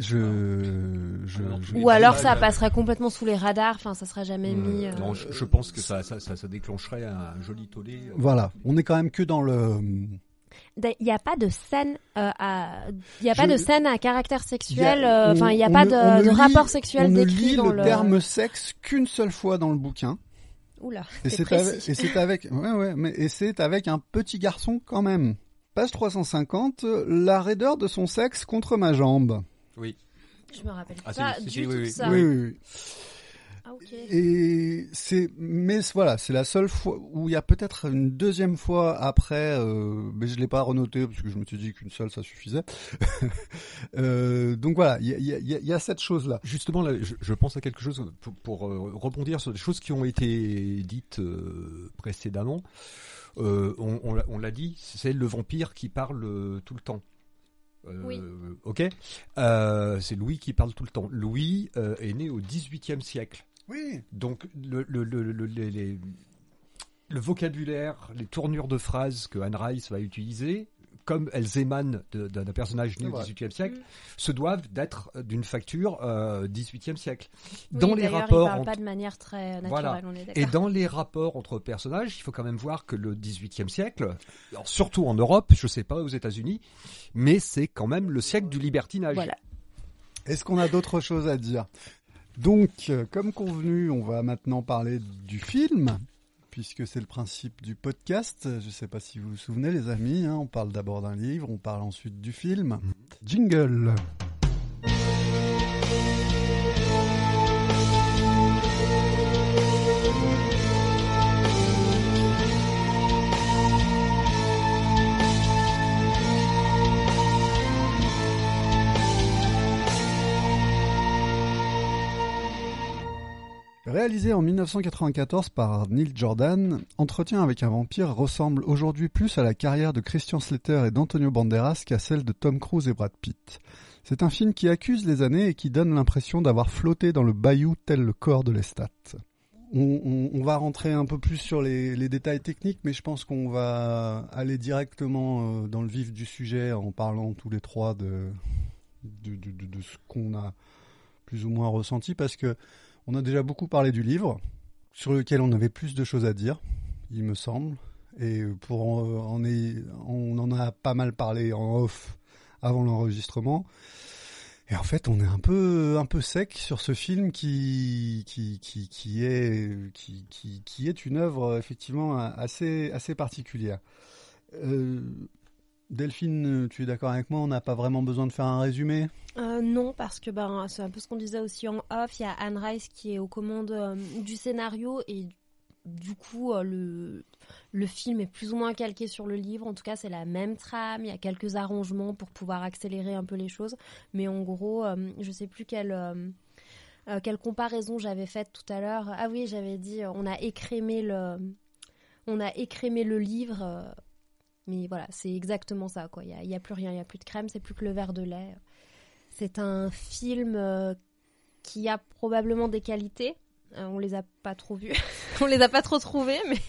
Je, je, je ou alors ça passerait complètement sous les radars. Enfin, ça serait jamais euh, mis. Euh... Non, je, je pense que ça ça, ça ça déclencherait un joli tollé. Euh... Voilà, on est quand même que dans le. Il n'y a pas de scène euh, à, il y a Je... pas de scène à caractère sexuel. Enfin, euh, il n'y a pas ne, de, de lit, rapport sexuel décrit dans le. On ne lit le le terme sexe qu'une seule fois dans le bouquin. Oula, et c'est c'est précis. avec, et c'est avec, ouais ouais, mais et c'est avec un petit garçon quand même. Page trois cent cinquante, la raideur de son sexe contre ma jambe. Oui. Je me rappelle ah, pas c'est, du c'est, tout oui, oui. ça. Oui oui oui. Ah, ok. Et c'est, mais voilà, c'est la seule fois où il y a peut-être une deuxième fois après, euh, mais je l'ai pas renoté parce que je me suis dit qu'une seule ça suffisait. euh, donc voilà, il y a, y, a, y a cette chose-là. Justement, là, je, je pense à quelque chose pour, pour euh, rebondir sur des choses qui ont été dites euh, précédemment. Euh, on, on, l'a, on l'a dit, c'est le vampire qui parle euh, tout le temps. Euh, oui. Ok. Euh, c'est Louis qui parle tout le temps. Louis euh, est né au dix-huitième siècle. Oui. Donc le le le le, les, les, le vocabulaire, les tournures de phrases que Anne Rice va utiliser, comme elles émanent de, de, d'un personnage né au dix-huitième siècle, mmh. se doivent d'être d'une facture euh, dix-huitième siècle. Oui, dans les rapports, il parle entre... pas de manière très naturelle. Voilà. On est d'accord. Et dans les rapports entre personnages, il faut quand même voir que le dix-huitième siècle, alors surtout en Europe, je sais pas aux États-Unis, mais c'est quand même le siècle du libertinage. Voilà. Est-ce qu'on a d'autres choses à dire ? Donc, comme convenu, on va maintenant parler du film, puisque c'est le principe du podcast. Je ne sais pas si vous vous souvenez, les amis, hein, on parle d'abord d'un livre, on parle ensuite du film. Jingle. Réalisé en dix-neuf cent quatre-vingt-quatorze par Neil Jordan, Entretien avec un vampire ressemble aujourd'hui plus à la carrière de Christian Slater et d'Antonio Banderas qu'à celle de Tom Cruise et Brad Pitt. C'est un film qui accuse les années et qui donne l'impression d'avoir flotté dans le bayou tel le corps de Lestat. On, on, on va rentrer un peu plus sur les, les détails techniques, mais je pense qu'on va aller directement dans le vif du sujet en parlant tous les trois de, de, de, de, de ce qu'on a plus ou moins ressenti, parce que on a déjà beaucoup parlé du livre, sur lequel on avait plus de choses à dire, il me semble. Et pour en, en est, on en a pas mal parlé en off avant l'enregistrement. Et en fait, on est un peu, un peu sec sur ce film qui, qui, qui, qui est, qui, qui, qui est une œuvre effectivement assez, assez particulière. Euh, Delphine, tu es d'accord avec moi, on n'a pas vraiment besoin de faire un résumé ? euh, Non, parce que ben, c'est un peu ce qu'on disait aussi en off, il y a Anne Rice qui est aux commandes euh, du scénario et du coup euh, le, le film est plus ou moins calqué sur le livre, en tout cas c'est la même trame, il y a quelques arrangements pour pouvoir accélérer un peu les choses, mais en gros, euh, je sais plus quelle, euh, euh, quelle comparaison j'avais faite tout à l'heure. Ah oui, j'avais dit euh, on a écrémé le, on a écrémé le livre... Euh, Mais voilà, c'est exactement ça, quoi. Il n'y a, a plus rien, il n'y a plus de crème, c'est plus que le verre de lait. C'est un film euh, qui a probablement des qualités. Euh, on les a pas trop vues. on les a pas trop trouvées, mais...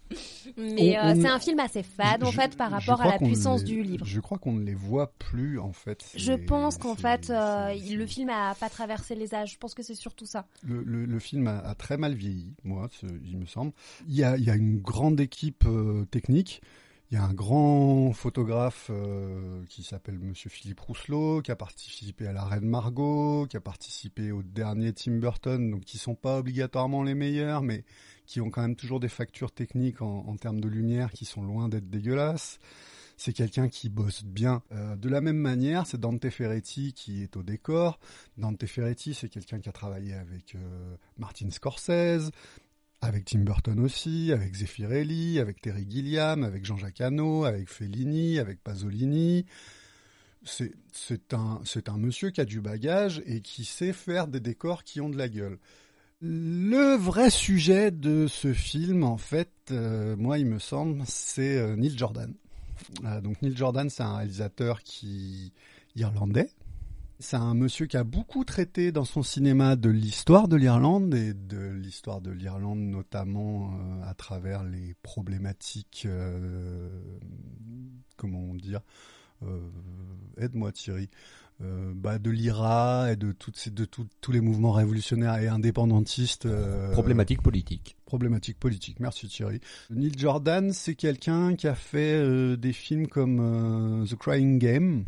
Mais On- euh, on- c'est un film assez fade en Je- fait par je rapport à crois la qu'on puissance les- du livre. Je crois qu'on ne les voit plus en fait. Je C'est- pense qu'en c'est- fait, euh, c'est- il- le film a pas traversé les âges. Je pense que c'est surtout ça. Le, le, le film a, a très mal vieilli, moi, ce- il me semble. Il y a, il y a une grande équipe euh, technique. Il y a un grand photographe euh, qui s'appelle Monsieur Philippe Rousselot, qui a participé à La Reine Margot, qui a participé au dernier Tim Burton, donc qui sont pas obligatoirement les meilleurs, mais qui ont quand même toujours des factures techniques en, en termes de lumière qui sont loin d'être dégueulasses. C'est quelqu'un qui bosse bien. Euh, de la même manière, c'est Dante Ferretti qui est au décor. Dante Ferretti, c'est quelqu'un qui a travaillé avec euh, Martin Scorsese, avec Tim Burton aussi, avec Zeffirelli, avec Terry Gilliam, avec Jean-Jacques Hano, avec Fellini, avec Pasolini. C'est, c'est, un, c'est un monsieur qui a du bagage et qui sait faire des décors qui ont de la gueule. Le vrai sujet de ce film, en fait, euh, moi, il me semble, c'est euh, Neil Jordan. Euh, donc Neil Jordan, c'est un réalisateur qui irlandais. C'est un monsieur qui a beaucoup traité dans son cinéma de l'histoire de l'Irlande et de l'histoire de l'Irlande notamment euh, à travers les problématiques, euh, comment dire, euh, aide-moi Thierry, euh, bah, de l'I R A et de, toutes ces, de tout, tous les mouvements révolutionnaires et indépendantistes. Euh, Problématique politique. Problématique politique, merci Thierry. Neil Jordan, c'est quelqu'un qui a fait euh, des films comme euh, The Crying Game,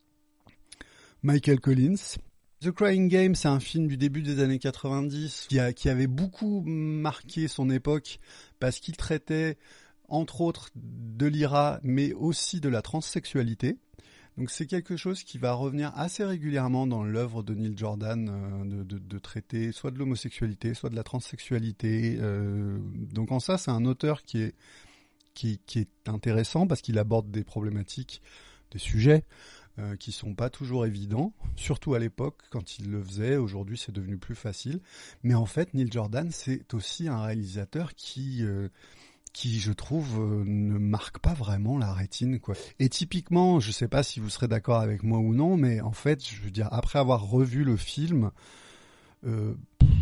Michael Collins. The Crying Game, c'est un film du début des années quatre-vingt-dix qui, a, qui avait beaucoup marqué son époque parce qu'il traitait, entre autres, de l'I R A, mais aussi de la transsexualité. Donc c'est quelque chose qui va revenir assez régulièrement dans l'œuvre de Neil Jordan, euh, de, de, de traiter soit de l'homosexualité, soit de la transsexualité. Euh, donc en ça, c'est un auteur qui est, qui, qui est intéressant parce qu'il aborde des problématiques, des sujets Euh, qui sont pas toujours évidents, surtout à l'époque quand il le faisait. Aujourd'hui, c'est devenu plus facile. Mais en fait, Neil Jordan, c'est aussi un réalisateur qui, euh, qui, je trouve, euh, ne marque pas vraiment la rétine, quoi. Et typiquement, je sais pas si vous serez d'accord avec moi ou non, mais en fait, je veux dire, après avoir revu le film, euh,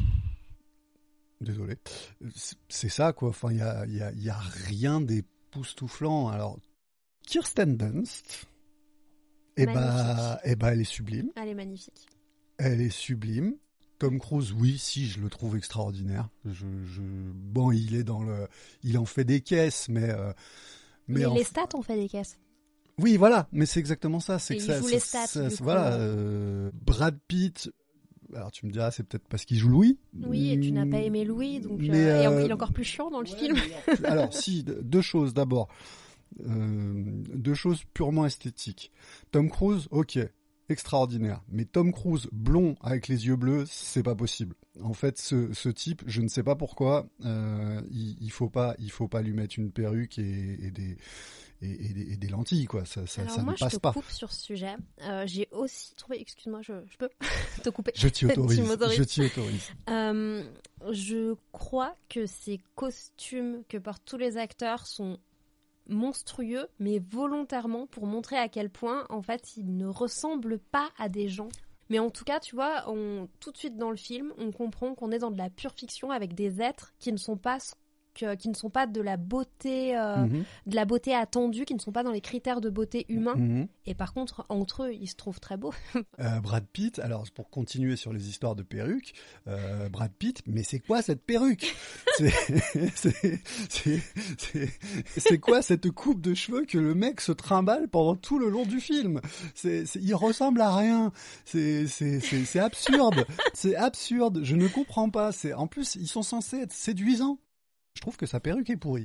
désolé, c'est ça, quoi. Enfin, il y a, y a, y a rien d'époustouflant. Alors, Kirsten Dunst. Eh bah, eh bah, elle est sublime. Elle est magnifique. Elle est sublime. Tom Cruise, oui, si, je le trouve extraordinaire. Je, je... Bon, il est dans le, il en fait des caisses, mais, euh... mais, mais les en... stats ont fait des caisses. Oui, voilà, mais c'est exactement ça. C'est Et que il ça, joue ça, les stats. ça, du ça, coup. voilà, euh... Brad Pitt. Alors tu me diras, c'est peut-être parce qu'il joue Louis. Oui, et tu n'as pas aimé Louis, donc mais, euh, euh... et il est encore plus chiant dans le ouais, film. Mais... Alors si, deux choses d'abord. Euh, deux choses purement esthétiques. Tom Cruise, ok, extraordinaire. Mais Tom Cruise blond avec les yeux bleus, c'est pas possible. En fait, ce, ce type, je ne sais pas pourquoi, euh, il, il faut pas, il faut pas lui mettre une perruque et, et des et, et, des, et des lentilles, quoi. Ça, ça, Alors ça moi, ne passe je te pas. coupe sur ce sujet. Euh, j'ai aussi trouvé, excuse-moi, je, je peux te couper. Je t'y autorise. Tu m'autorises. Je t'y autorise. Euh, je crois que ces costumes que portent tous les acteurs sont monstrueux, mais volontairement pour montrer à quel point, en fait, ils ne ressemblent pas à des gens. Mais en tout cas, tu vois, on, tout de suite dans le film, on comprend qu'on est dans de la pure fiction avec des êtres qui ne sont pas que, qui ne sont pas de la beauté, euh, Mm-hmm. de la beauté attendue, qui ne sont pas dans les critères de beauté humains. Mm-hmm. Et par contre, entre eux, ils se trouvent très beaux. Euh, Brad Pitt, alors pour continuer sur les histoires de perruques, euh, Brad Pitt, mais c'est quoi cette perruque? c'est, c'est, c'est, c'est, c'est quoi cette coupe de cheveux que le mec se trimballe pendant tout le long du film? C'est, c'est, il ressemble à rien. C'est, c'est, c'est, c'est absurde. C'est absurde. Je ne comprends pas. C'est, en plus, ils sont censés être séduisants. Je trouve que sa perruque est pourrie.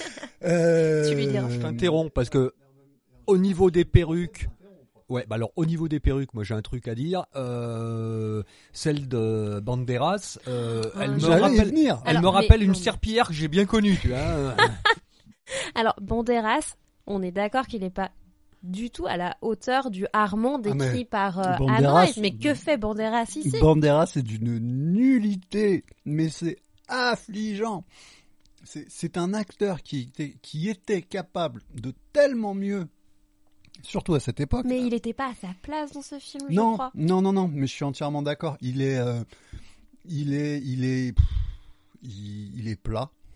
Euh... Tu lui diras. Je t'interromps parce que au niveau des perruques, ouais, bah alors au niveau des perruques, moi j'ai un truc à dire. Euh, celle de Banderas, euh, Ah, elle me J'allais y rappelle, venir. elle Alors, me rappelle mais- une non, mais- serpillière que j'ai bien connue, tu vois. Alors, Banderas, on est d'accord qu'il n'est pas du tout à la hauteur du Armand décrit Ah, mais par euh, Banderas- Anne Rice. Mais que fait Banderas ici? Banderas, c'est d'une nullité, mais c'est affligeant. C'est, c'est un acteur qui était, qui était capable de tellement mieux, surtout à cette époque. Mais il n'était pas à sa place dans ce film, je non, crois. non, non, non, mais je suis entièrement d'accord. Il est, euh, il est, il est, pff, il, il est plat.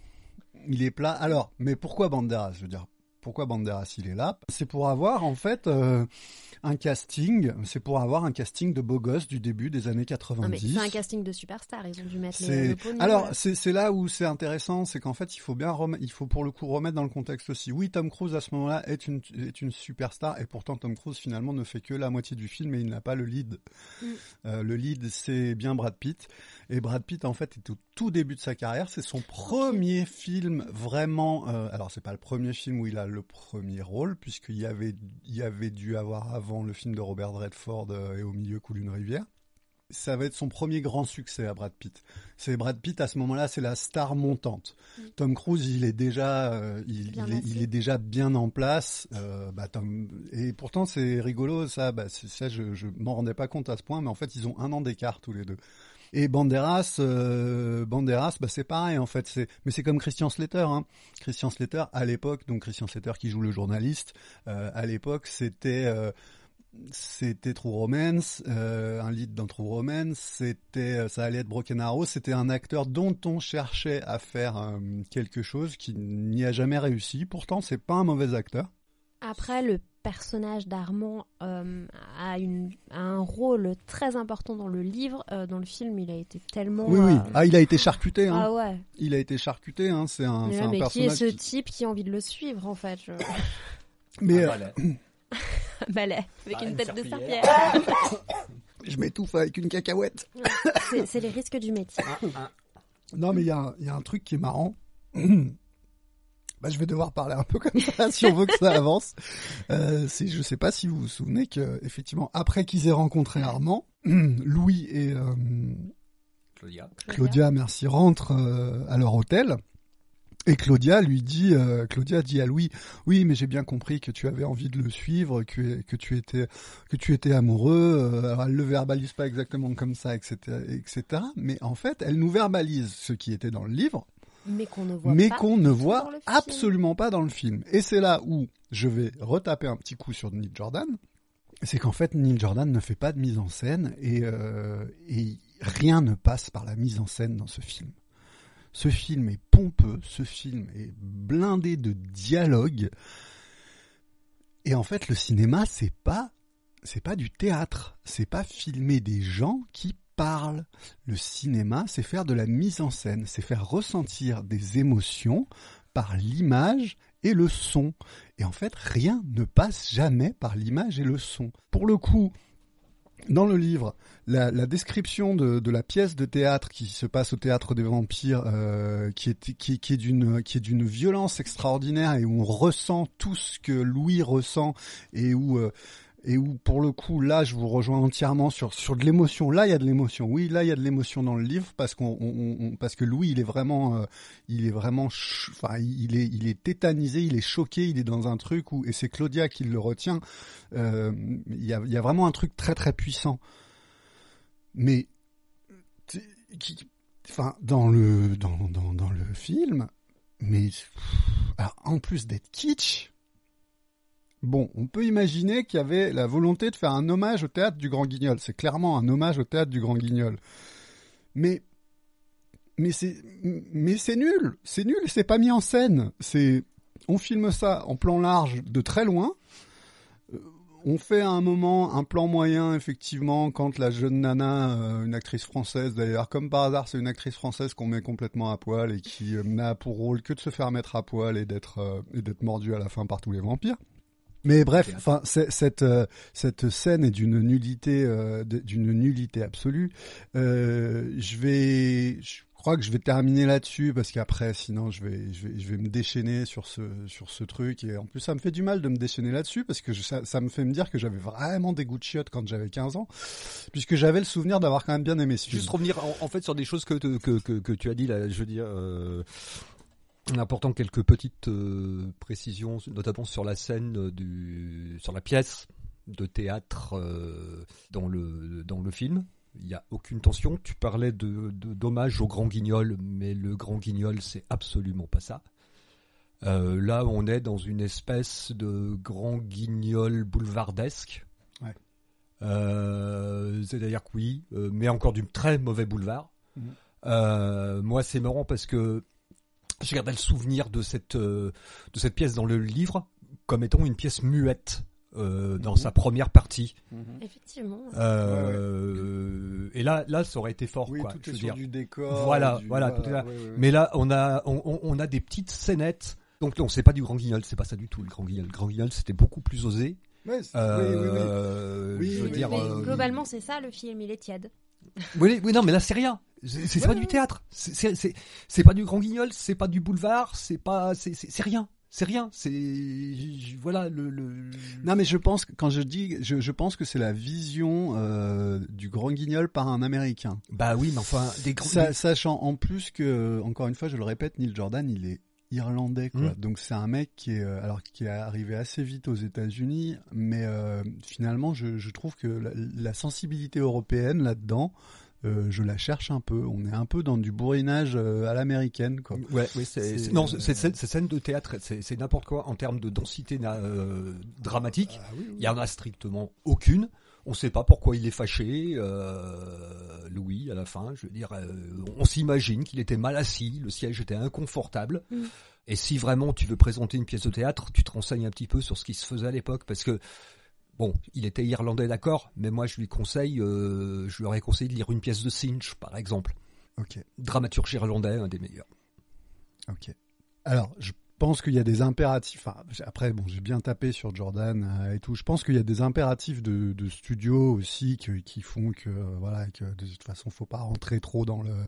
il est plat. Alors, mais pourquoi Banderas? Je veux dire, pourquoi Banderas il est là? C'est pour avoir en fait euh, un casting. C'est pour avoir un casting de beaux gosses du début des années quatre-vingt-dix. Non, mais c'est un casting de superstar. Ils ont dû mettre c'est... les, le pognon. Alors, là. c'est, c'est là où c'est intéressant, c'est qu'en fait, il faut bien, rem... il faut pour le coup remettre dans le contexte aussi. Oui, Tom Cruise à ce moment-là est une est une superstar, et pourtant Tom Cruise finalement ne fait que la moitié du film et il n'a pas le lead. Mm. Euh, le lead, c'est bien Brad Pitt, et Brad Pitt en fait est au tout début de sa carrière. C'est son premier film vraiment. Euh... Alors, c'est pas le premier film où il a le premier rôle, puisqu'il y avait il y avait dû avoir avant le film de Robert Redford euh, et Au milieu coule une rivière. Ça va être son premier grand succès à Brad Pitt. C'est Brad Pitt à ce moment-là, c'est la star montante. Mm. Tom Cruise, il est déjà, euh, il, il, est, il est déjà bien en place. Euh, bah, Tom... Et pourtant, c'est rigolo, ça. Bah, c'est, ça, je, je m'en rendais pas compte à ce point, mais en fait, ils ont un an d'écart tous les deux. Et Banderas, euh, Banderas, bah c'est pareil en fait. C'est, mais c'est comme Christian Slater. Hein. Christian Slater à l'époque, donc Christian Slater qui joue le journaliste, euh, à l'époque, c'était euh, C'était True Romance, euh, un lead dans True Romance, c'était, ça allait être Broken Arrow, c'était un acteur dont on cherchait à faire euh, quelque chose qui n'y a jamais réussi. Pourtant, c'est pas un mauvais acteur. Après, le personnage d'Armand euh, a, une, a un rôle très important dans le livre. Euh, dans le film, il a été tellement... Oui, oui. Euh... Ah, il a été charcuté. Hein. Ah ouais. Il a été charcuté. Hein. C'est un, mais c'est là, un mais personnage... qui est ce type qui a envie de le suivre, en fait je... Mais... Ah, euh... balai, avec ah, une, une tête serpillière. de serpillère. Je m'étouffe avec une cacahuète. c'est, c'est les risques du métier. Non, mais il y, y a un truc qui est marrant. Bah, je vais devoir parler un peu comme ça si on veut que ça avance. Euh, c'est, je sais pas si vous vous souvenez que, effectivement, après qu'ils aient rencontré Armand, Louis et euh, Claudia. Claudia, merci, rentrent euh, à leur hôtel. Et Claudia lui dit, euh, Claudia dit à Louis, oui, mais j'ai bien compris que tu avais envie de le suivre, que, que tu étais, que tu étais amoureux. Euh, alors elle le verbalise pas exactement comme ça, et cetera, et cetera. Mais en fait, elle nous verbalise ce qui était dans le livre. Mais qu'on ne voit, mais pas qu'on ne voit absolument pas dans le film. Et c'est là où je vais retaper un petit coup sur Neil Jordan. C'est qu'en fait, Neil Jordan ne fait pas de mise en scène et, euh, et rien ne passe par la mise en scène dans ce film. Ce film est pompeux, ce film est blindé de dialogues. Et en fait, le cinéma, c'est pas, c'est pas du théâtre. C'est pas filmer des gens qui parle. Le cinéma, c'est faire de la mise en scène, c'est faire ressentir des émotions par l'image et le son. Et en fait, rien ne passe jamais par l'image et le son. Pour le coup, dans le livre, la, la description de, de la pièce de théâtre qui se passe au Théâtre des Vampires, euh, qui, est, qui, qui, est d'une, qui est d'une violence extraordinaire et où on ressent tout ce que Louis ressent et où... Euh, Et où, pour le coup, là, je vous rejoins entièrement sur sur de l'émotion. Là, il y a de l'émotion. Oui, là, il y a de l'émotion dans le livre parce qu'on, on, on, parce que Louis, il est vraiment, euh, il est vraiment, enfin, il est, il est tétanisé, il est choqué, il est dans un truc où, et c'est Claudia qui le retient. Euh, il y a, il y a vraiment un truc très très puissant. Mais, qui, enfin, dans le, dans dans dans le film, mais, alors, en plus d'être kitsch. Bon, on peut imaginer qu'il y avait la volonté de faire un hommage au théâtre du Grand Guignol. C'est clairement un hommage au théâtre du Grand Guignol. Mais, mais c'est, mais c'est nul. C'est nul. C'est pas mis en scène. C'est, on filme ça en plan large de très loin. On fait à un moment un plan moyen, effectivement, quand la jeune nana, euh, une actrice française, d'ailleurs, comme par hasard, c'est une actrice française qu'on met complètement à poil et qui euh, n'a pour rôle que de se faire mettre à poil et d'être, euh, et d'être mordue à la fin par tous les vampires. Mais bref, enfin, cette euh, cette scène est d'une nullité, euh, d'une nullité absolue. Euh, je vais, je crois que je vais terminer là-dessus parce qu'après, sinon, je vais, je vais, je vais me déchaîner sur ce sur ce truc. Et en plus, ça me fait du mal de me déchaîner là-dessus parce que je, ça, ça me fait me dire que j'avais vraiment des goûts de chiottes quand j'avais quinze ans, puisque j'avais le souvenir d'avoir quand même bien aimé ce film. Juste revenir en, en fait sur des choses que que que, que tu as dit là. Je veux dire. Euh... En apportant quelques petites euh, précisions, notamment sur la scène du, sur la pièce de théâtre euh, dans le dans le film. Il n'y a aucune tension. Tu parlais de, de d'hommage au Grand Guignol, mais le Grand Guignol, c'est absolument pas ça. Euh, là, on est dans une espèce de Grand Guignol boulevardesque. Ouais. Euh, c'est-à-dire que oui, euh, mais encore du très mauvais boulevard. Mmh. Euh, moi, c'est marrant parce que j'ai gardé le souvenir de cette euh, de cette pièce dans le livre comme étant une pièce muette euh, dans mmh. sa première partie. Mmh. Effectivement. Euh, ouais, ouais. Et là, là, ça aurait été fort. Oui, quoi, tout je est veux sur dire. du décor. Voilà, du... voilà. voilà Tout est là. ouais, ouais, ouais. Mais là, on a, on, on, on a des petites scénettes. Donc non, c'est pas du Grand Guignol, c'est pas ça du tout. Le Grand Guignol, le Grand Guignol, c'était beaucoup plus osé. Ouais, euh, oui, oui, oui. Je veux oui, dire. Mais euh, globalement, c'est ça, le film, il est tiède. Oui, oui, non, mais là, c'est rien. C'est, c'est ouais, pas ouais. du théâtre. C'est, c'est, c'est, c'est pas du Grand Guignol, c'est pas du boulevard, c'est pas, c'est, c'est, c'est rien. C'est rien. C'est, je, voilà le, le. Non, mais je pense que quand je dis, je, je pense que c'est la vision euh, du Grand Guignol par un Américain. Bah oui, mais enfin, des grands. Sa, sachant en plus que, encore une fois, je le répète, Neil Jordan, il est irlandais, quoi. Mmh. Donc c'est un mec qui est, euh, alors qui est arrivé assez vite aux États-Unis, mais euh, finalement, je, je trouve que la, la sensibilité européenne là-dedans. Euh, je la cherche un peu. On est un peu dans du bourrinage euh, à l'américaine, quoi. Ouais, oui, c'est, c'est, c'est non, c'est, c'est, c'est scène de théâtre, c'est, c'est n'importe quoi en termes de densité euh, dramatique. Ah, oui, oui. Il y en a strictement aucune. On ne sait pas pourquoi il est fâché, euh, Louis, à la fin. Je veux dire, euh, on s'imagine qu'il était mal assis, le siège était inconfortable. Mm. Et si vraiment tu veux présenter une pièce de théâtre, tu te renseignes un petit peu sur ce qui se faisait à l'époque, parce que bon, il était irlandais, d'accord, mais moi je lui conseille, euh, je lui aurais conseillé de lire une pièce de Synch, par exemple. Ok. Dramaturge irlandais, un des meilleurs. Ok. Alors, je pense qu'il y a des impératifs. Enfin, après, bon, j'ai bien tapé sur Jordan euh, et tout. Je pense qu'il y a des impératifs de, de studio aussi que, qui font que, euh, voilà, que de toute façon, faut pas rentrer trop dans le.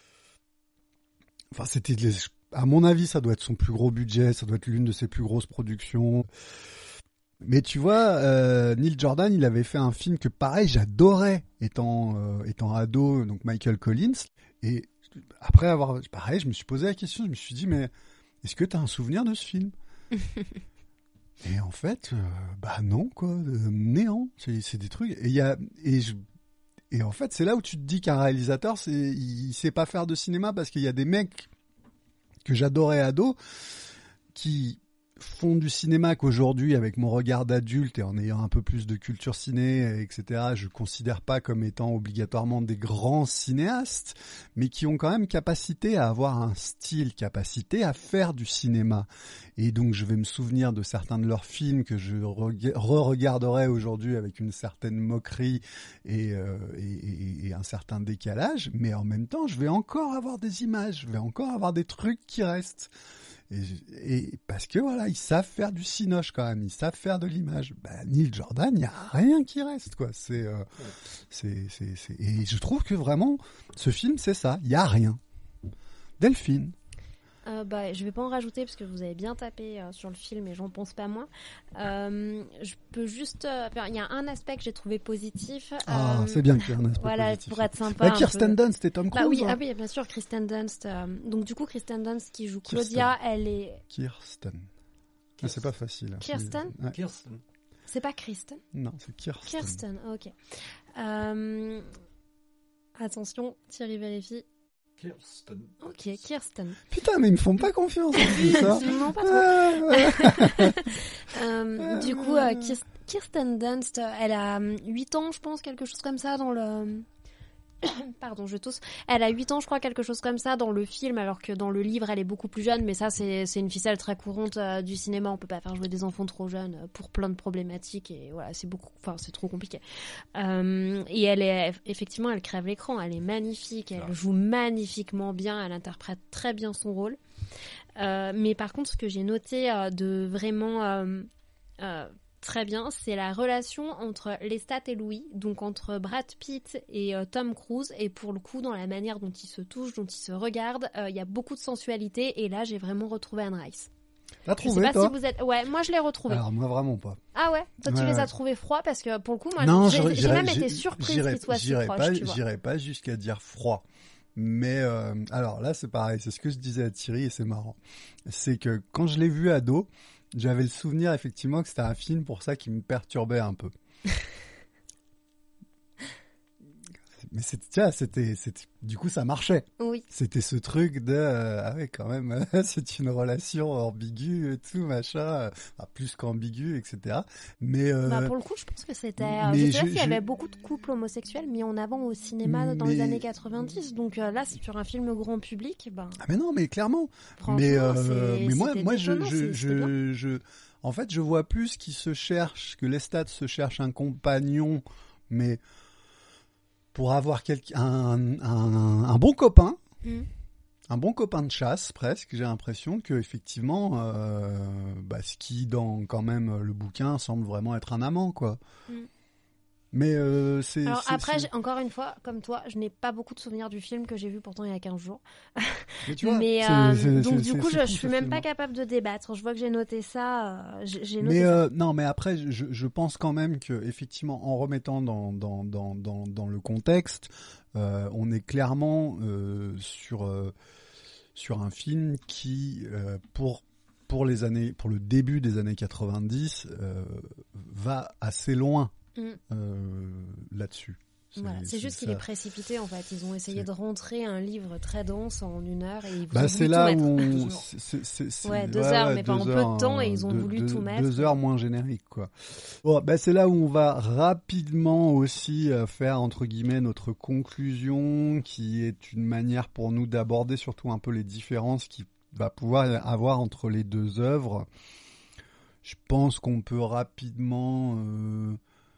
Enfin, c'était, les... à mon avis, ça doit être son plus gros budget, ça doit être l'une de ses plus grosses productions. Mais tu vois, euh, Neil Jordan, il avait fait un film que pareil, j'adorais étant euh, étant ado, donc Michael Collins. Et après avoir, pareil, je me suis posé la question, je me suis dit, mais est-ce que tu as un souvenir de ce film? Et en fait, euh, bah non quoi, euh, néant. C'est, c'est des trucs. Et il y a et je, et en fait, c'est là où tu te dis qu'un réalisateur, c'est il, il sait pas faire de cinéma parce qu'il y a des mecs que j'adorais ado qui font du cinéma qu'aujourd'hui, avec mon regard d'adulte et en ayant un peu plus de culture ciné, et cetera, je considère pas comme étant obligatoirement des grands cinéastes, mais qui ont quand même capacité à avoir un style, capacité à faire du cinéma. Et donc, je vais me souvenir de certains de leurs films que je re-regarderai aujourd'hui avec une certaine moquerie et, euh, et, et, et un certain décalage, mais en même temps, je vais encore avoir des images, je vais encore avoir des trucs qui restent. Et, et parce que voilà, ils savent faire du cinoche quand même, ils savent faire de l'image. Bah, Neil Jordan, il y a rien qui reste quoi. C'est, euh, c'est, c'est, c'est, et je trouve que vraiment, ce film, c'est ça. Il y a rien. Delphine. Euh, bah, je vais pas en rajouter parce que vous avez bien tapé euh, sur le film et j'en pense pas moins. Euh, je peux juste, il euh, y a un aspect que j'ai trouvé positif. Ah, euh, c'est bien qu'il y ait un aspect voilà, positif. Pour être sympa. Bah, Kirsten Dunst, c'était Tom Cruise. Bah, oui, hein. ah oui, bien sûr, Kristen Dunst. Euh, donc du coup, Kristen Dunst qui joue Claudia, Kirsten. elle est. Kirsten. Ah, c'est pas facile. Kirsten. Ouais. Kirsten. C'est pas Kristen. Non, c'est Kirsten. Kirsten, ok. Euh... Attention, Thierry vérifie. Kirsten. Ok, Kirsten. Putain, mais ils me font pas confiance. Ça. Non, pas trop. Ah, euh, du coup, euh, Kirsten Dunst, elle a huit ans, je pense, quelque chose comme ça dans le... Pardon, je tousse. Elle a huit ans, je crois, quelque chose comme ça dans le film, alors que dans le livre, elle est beaucoup plus jeune. Mais ça, c'est, c'est une ficelle très courante euh, du cinéma. On peut pas faire jouer des enfants trop jeunes euh, pour plein de problématiques. Et voilà, c'est beaucoup, enfin, c'est trop compliqué. Euh, et elle est, effectivement, elle crève l'écran. Elle est magnifique. Elle ah. joue magnifiquement bien. Elle interprète très bien son rôle. Euh, mais par contre, ce que j'ai noté euh, de vraiment euh, euh, très bien, c'est la relation entre Lestat et Louis, donc entre Brad Pitt et euh, Tom Cruise, et pour le coup, dans la manière dont ils se touchent, dont ils se regardent, il euh, y a beaucoup de sensualité, et là, j'ai vraiment retrouvé Anne Rice. T'as trouvé, je sais pas toi si vous êtes... Ouais, moi, je l'ai retrouvé. Alors, moi, vraiment pas. Ah ouais? Toi, tu ouais, les ouais. as trouvés froids, parce que pour le coup, moi, non, j'ai, j'ai même été surprise qu'ils soient si proches, pas, tu vois. J'irais pas jusqu'à dire froid. Mais euh, alors là, c'est pareil, c'est ce que je disais à Thierry et c'est marrant. C'est que quand je l'ai vu ado, j'avais le souvenir effectivement que c'était un film pour ça qui me perturbait un peu. Mais c'était, tiens, c'était, c'était, du coup, ça marchait. Oui. C'était ce truc de, euh, ah ouais, quand même, c'est une relation ambiguë et tout, machin, euh, enfin, plus qu'ambiguë, et cetera. Mais, euh, bah pour le coup, je pense que c'était, euh, mais je sais je- pas s'il y je- avait beaucoup de couples homosexuels mis en avant au cinéma dans Mais- les années quatre-vingt-dix. Donc euh, là, c'est sur un film grand public, ben, ah mais non, mais clairement. franchement, Mais, euh, c'est, mais moi, c'était moi, je, détonnant, je, c'est- c'était bien. je, je, en fait, je vois plus qu'ils se cherchent, que Lestat se cherche un compagnon, mais pour avoir quelqu'un, un, un, un bon copain, Mm. un bon copain de chasse, presque. J'ai l'impression que effectivement, euh, bah, ce qui dans quand même le bouquin semble vraiment être un amant, quoi. Mm. Mais euh, c'est. Alors c'est- après, c'est- j'ai- encore une fois, comme toi, je n'ai pas beaucoup de souvenirs du film que j'ai vu pourtant il y a quinze jours. mais tu vois, Mais c'est- euh, c'est- donc c'est- du c'est- coup, c'est je, fou, je ce suis même film, pas hein. capable de débattre. Je vois que j'ai noté ça. euh, j'ai j'ai noté Mais ça. euh, non, mais après, je, je pense quand même que effectivement, en remettant dans dans dans dans, dans le contexte, euh, on est clairement euh, sur euh, sur un film qui euh, pour pour les années pour le début des années quatre-vingt-dix euh, va assez loin Mm. euh, là-dessus. Voilà, c'est juste qu'il ça. est précipité en fait. Ils ont essayé C'est- de rentrer un livre très dense en une heure et ils Bah ont c'est voulu là tout où mettre. on... Deux heures. c'est- c'est- c'est- Ouais, deux heures, mais pas en deux peu de heures, temps, et hein, ils ont deux- voulu deux- tout mettre. Deux heures moins générique, quoi. Bon, bah c'est là où on va rapidement aussi euh, faire, entre guillemets, notre conclusion, qui est une manière pour nous d'aborder surtout un peu les différences qu'il va pouvoir avoir entre les deux œuvres. Je pense qu'on peut rapidement... euh,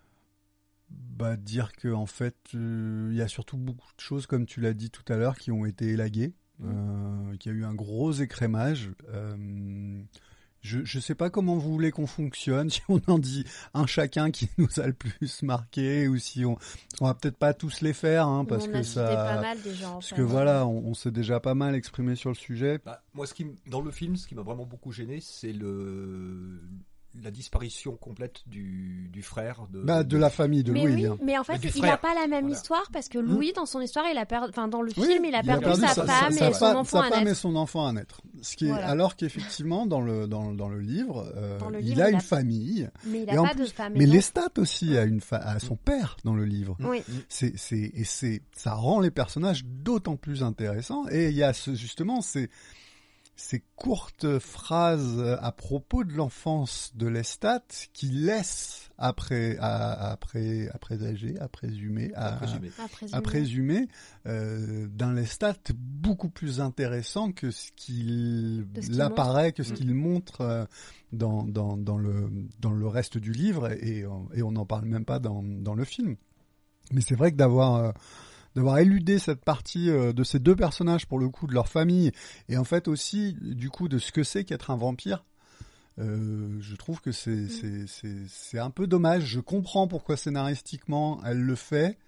bah, dire que en fait euh, il y a surtout beaucoup de choses, comme tu l'as dit tout à l'heure, qui ont été élaguées, euh, qu'il y a eu un gros écrémage. Euh, je je sais pas comment vous voulez qu'on fonctionne, si on en dit un chacun qui nous a le plus marqué, ou si on on va peut-être pas tous les faire, hein, parce on que a cité ça pas mal déjà. En parce fait. que voilà, on, on s'est déjà pas mal exprimé sur le sujet. Bah, moi, ce qui, m- dans le film, ce qui m'a vraiment beaucoup gêné, c'est le la disparition complète du, du frère de, Bah, de la famille de Mais Louis. oui, hein. mais en fait, Mais du il frère. n'a pas la même Voilà. histoire parce que Louis, dans son histoire, il a perdu, enfin, dans le Oui, film, il a perdu, sa, sa- femme sa- et sa son fa- enfant sa à femme et naître. son enfant à naître. Ce qui est, Voilà. alors qu'effectivement dans le dans, dans le livre, euh, Dans le il livre, a il une a- famille. Mais il Et n'a en pas de plus- femme. Mais et donc- Lestat aussi a une fa- a son père dans le livre. Oui. C'est c'est et c'est ça rend les personnages d'autant plus intéressants. Et il y a ce, justement ces ces courtes phrases à propos de l'enfance de Lestat qui laissent après à, après à présager, à présumer, à, à présumer. À présumer. à présumer euh, d'un Lestat beaucoup plus intéressant que ce qu'il De ce qu'il apparaît, que ce Mm. qu'il montre euh, dans, dans, dans, le, dans le reste du livre, et, et on n'en parle même pas dans, dans le film. Mais c'est vrai que d'avoir... euh, d'avoir éludé cette partie euh, de ces deux personnages, pour le coup, de leur famille, et en fait aussi, du coup, de ce que c'est qu'être un vampire, euh, je trouve que c'est, Mm. c'est, c'est, c'est un peu dommage. Je comprends pourquoi scénaristiquement elle le fait.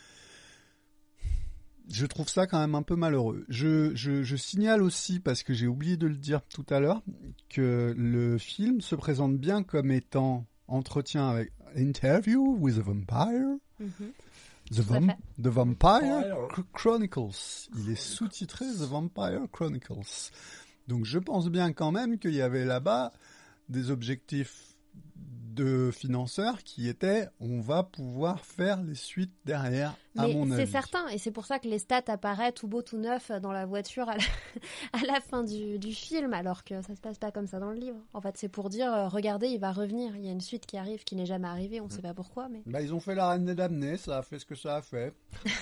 Je trouve ça quand même un peu malheureux. Je, je, je signale aussi, parce que j'ai oublié de le dire tout à l'heure, que le film se présente bien comme étant entretien avec Interview with a Vampire. Mhm. The, Tout à Vam- fait. The Vampire Vampire. Ch- Chronicles. Il est sous-titré The Vampire Chronicles. Donc je pense bien quand même qu'il y avait là-bas des objectifs de financeurs qui étaient on va pouvoir faire les suites derrière, à Mais mon c'est avis. certain, et c'est pour ça que les stats apparaissent tout beau, tout neuf dans la voiture à la, à la fin du, du film, alors que ça se passe pas comme ça dans le livre. En fait, c'est pour dire, euh, regardez, il va revenir. Il y a une suite qui arrive qui n'est jamais arrivée, on sait pas pourquoi, mais... Bah, ils ont fait la Reine des Damnés, ça a fait ce que ça a fait.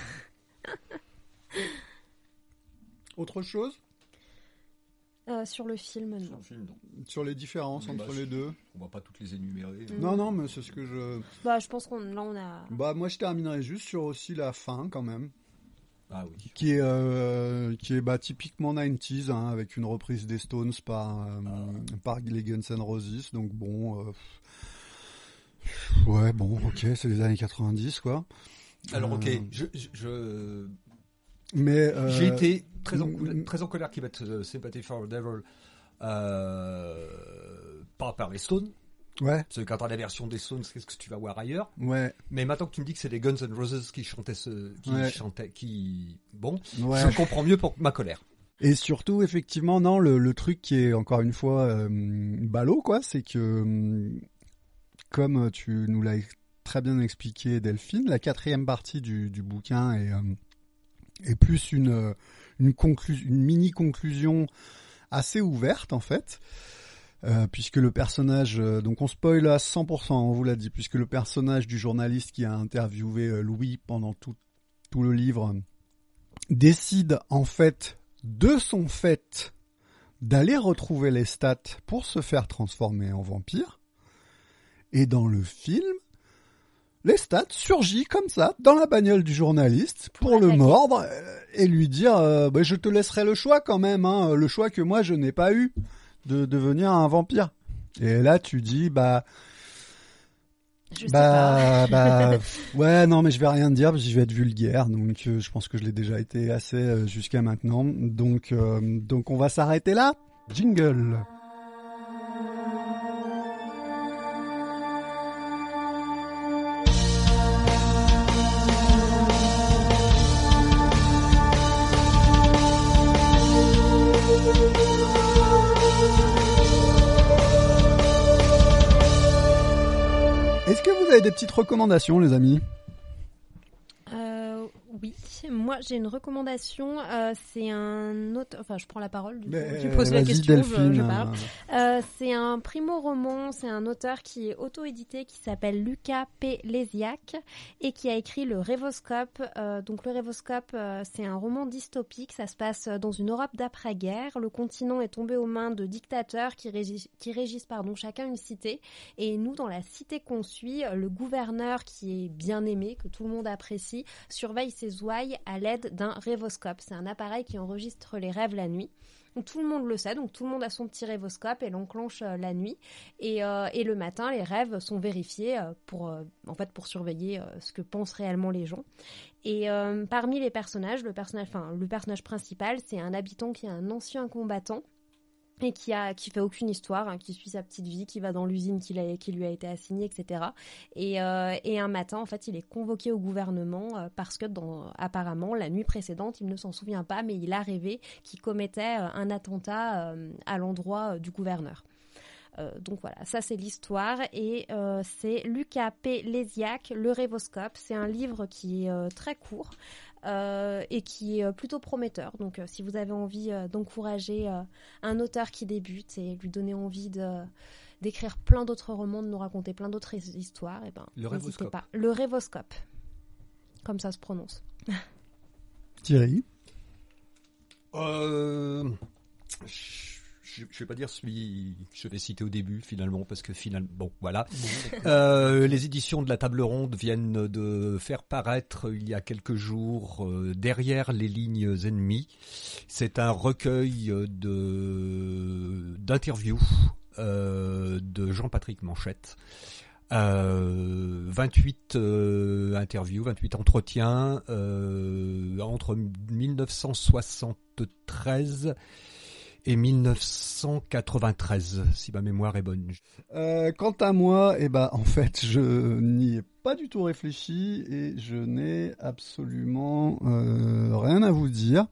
Autre chose Euh, sur le film, Sur non. le film, non. sur les différences Bah, entre je- les deux? On va pas toutes les énumérer. Mm. Non, non, mais c'est ce que je... Bah, je pense qu'on là, on a... Bah, moi, je terminerai juste sur aussi la fin, quand même. Ah oui. Qui est, euh, qui est bah, typiquement quatre-vingt-dix, hein, avec une reprise des Stones par, euh, Ah. par les Guns N' Roses. Donc bon... euh, ouais, bon, ok, c'est les années quatre-vingt-dix, quoi. Alors ok, Euh, je, je, je- Mais... euh, j'ai été très en, mm, très en colère qu'ils mettent euh, Sympathy for the Devil euh, par, par les Stones. Ouais, Parce que quand t'as la version des Stones, qu'est-ce que tu vas voir ailleurs? ouais, Mais maintenant que tu me dis que c'est les Guns N' Roses qui chantaient ce, qui Ouais. chantaient, qui, bon, ouais. je comprends mieux pour ma colère. Et surtout, effectivement, non, le, le truc qui est encore une fois euh, ballot, quoi, c'est que, hum, comme tu nous l'as très bien expliqué Delphine. La quatrième partie du, du bouquin est, euh, est plus une, une, conclu- une mini-conclusion assez ouverte, en fait. Euh, puisque le personnage, euh, donc on spoil à cent pour cent, on vous l'a dit, puisque le personnage du journaliste qui a interviewé euh, Louis pendant tout, tout le livre euh, décide en fait de son fait d'aller retrouver Lestat pour se faire transformer en vampire. Et dans le film, Lestat surgit comme ça dans la bagnole du journaliste pour, pour le mordre et lui dire euh, bah, je te laisserai le choix quand même, hein, le choix que moi je n'ai pas eu. De devenir un vampire. Et là, tu dis, bah, je bah, sais pas. bah, ouais, non, mais je vais rien dire, parce que je vais être vulgaire, donc euh, je pense que je l'ai déjà été assez euh, jusqu'à maintenant. Donc, euh, donc on va s'arrêter là. Jingle. Est-ce que vous avez des petites recommandations, les amis ? euh, Oui, moi j'ai une recommandation. Euh, c'est un auteur. Enfin, je prends la parole. Du coup, tu poses la question, Delphine, je, je parle. Euh, c'est un primo-roman. C'est un auteur qui est auto-édité, qui s'appelle Lucas P. Léziac et qui a écrit le Rêvoscope. Euh, donc le Rêvoscope, euh, c'est un roman dystopique. Ça se passe dans une Europe d'après-guerre. Le continent est tombé aux mains de dictateurs qui, régis, qui régissent, pardon, chacun une cité. Et nous, dans la cité qu'on suit, le gouverneur qui est bien aimé, que tout le monde apprécie, surveille ses ouailles à l'aide d'un rêvoscope. C'est un appareil qui enregistre les rêves la nuit. Donc, tout le monde le sait, donc tout le monde a son petit rêvoscope et l'enclenche euh, la nuit. Et, euh, et le matin, les rêves sont vérifiés euh, pour, euh, en fait, pour surveiller euh, ce que pensent réellement les gens. Et euh, parmi les personnages, le personnage, enfin, le personnage principal, c'est un habitant qui est un ancien combattant et qui a qui fait aucune histoire, hein, qui suit sa petite vie, qui va dans l'usine qui, l'a, qui lui a été assignée, et cetera. Et, euh, et un matin, en fait, il est convoqué au gouvernement euh, parce que, dans, apparemment, la nuit précédente, il ne s'en souvient pas, mais il a rêvé qu'il commettait euh, un attentat euh, à l'endroit euh, du gouverneur. Euh, donc voilà, ça c'est l'histoire et euh, c'est Lucas P. Léziac, Le Rêvoscope. C'est un livre qui est euh, très court euh, et qui est euh, plutôt prometteur. Donc euh, si vous avez envie euh, d'encourager euh, un auteur qui débute et lui donner envie de, d'écrire plein d'autres romans, de nous raconter plein d'autres histoires, et ben, Le n'hésitez Rêvoscope. pas. Le Rêvoscope, comme ça se prononce. Thierry ? Euh... Je ne vais pas dire celui que je vais citer au début finalement parce que finalement bon voilà euh, les éditions de la Table Ronde viennent de faire paraître il y a quelques jours euh, Derrière les lignes ennemies. C'est un recueil de d'interviews euh, de Jean-Patrick Manchette. Euh, vingt-huit euh, interviews, vingt-huit entretiens euh, entre dix-neuf cent soixante-treize et dix-neuf cent quatre-vingt-treize, si ma mémoire est bonne. Euh, quant à moi, eh ben, en fait, je n'y ai pas du tout réfléchi et je n'ai absolument euh, rien à vous dire.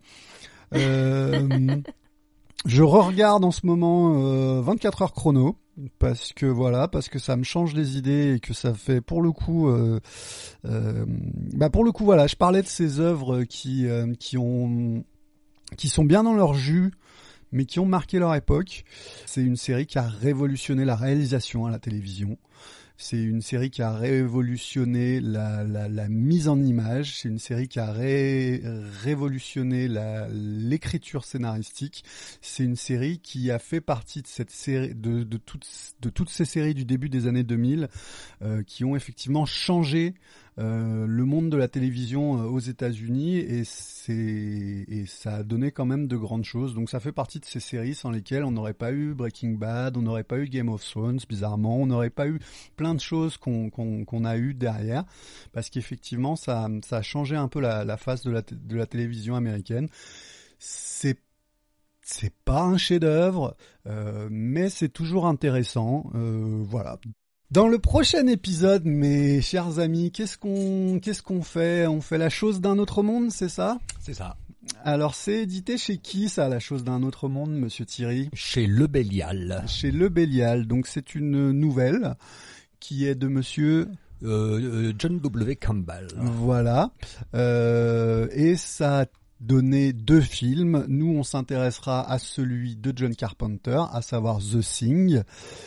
Euh, je re-regarde en ce moment euh, vingt-quatre heures chrono parce que voilà, parce que ça me change les idées et que ça fait pour le coup, euh, euh, bah pour le coup voilà, je parlais de ces œuvres qui euh, qui ont qui sont bien dans leur jus, mais qui ont marqué leur époque. C'est une série qui a révolutionné la réalisation à la télévision. C'est une série qui a révolutionné la, la, la mise en image. C'est une série qui a ré, révolutionné la, l'écriture scénaristique. C'est une série qui a fait partie de cette série, de, de toutes, de toutes ces séries du début des années deux mille, euh, qui ont effectivement changé Euh, le monde de la télévision euh, aux États-Unis et c'est et ça a donné quand même de grandes choses. Donc ça fait partie de ces séries sans lesquelles on n'aurait pas eu Breaking Bad, on n'aurait pas eu Game of Thrones, bizarrement, on n'aurait pas eu plein de choses qu'on qu'on qu'on a eu derrière, parce qu'effectivement ça ça a changé un peu la la face de la de la télévision américaine. C'est c'est pas un chef-d'œuvre, euh, mais c'est toujours intéressant. Euh, voilà. Dans le prochain épisode, mes chers amis, qu'est-ce qu'on qu'est-ce qu'on fait ? On fait La chose d'un autre monde, c'est ça ? C'est ça. Alors, c'est édité chez qui, ça, La chose d'un autre monde, monsieur Thierry ? Chez Le Bélial. Chez Le Bélial. Donc, c'est une nouvelle qui est de monsieur euh, John W. Campbell. Voilà. Euh, et ça a donné deux films. Nous, on s'intéressera à celui de John Carpenter, à savoir The Thing.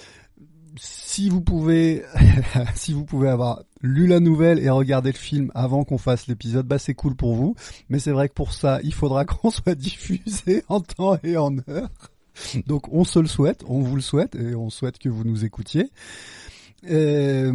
Si vous pouvez, si vous pouvez avoir lu la nouvelle et regardé le film avant qu'on fasse l'épisode, bah c'est cool pour vous. Mais c'est vrai que pour ça, il faudra qu'on soit diffusé en temps et en heure. Donc on se le souhaite, on vous le souhaite et on souhaite que vous nous écoutiez. Euh,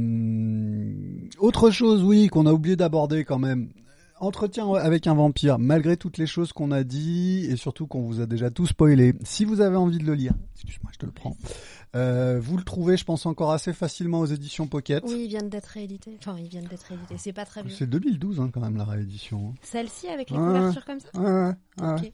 autre chose, oui, qu'on a oublié d'aborder quand même. Entretien avec un vampire, malgré toutes les choses qu'on a dit et surtout qu'on vous a déjà tout spoilé. Si vous avez envie de le lire, excuse-moi, je te le prends. Euh, vous le trouvez, je pense, encore assez facilement aux éditions Pocket. Oui, ils viennent d'être réédités. Enfin, ils viennent d'être réédités. C'est pas très vieux. C'est deux mille douze, hein, quand même, la réédition. Celle-ci avec les ouais, couvertures comme ça. Ouais, ouais. Ok.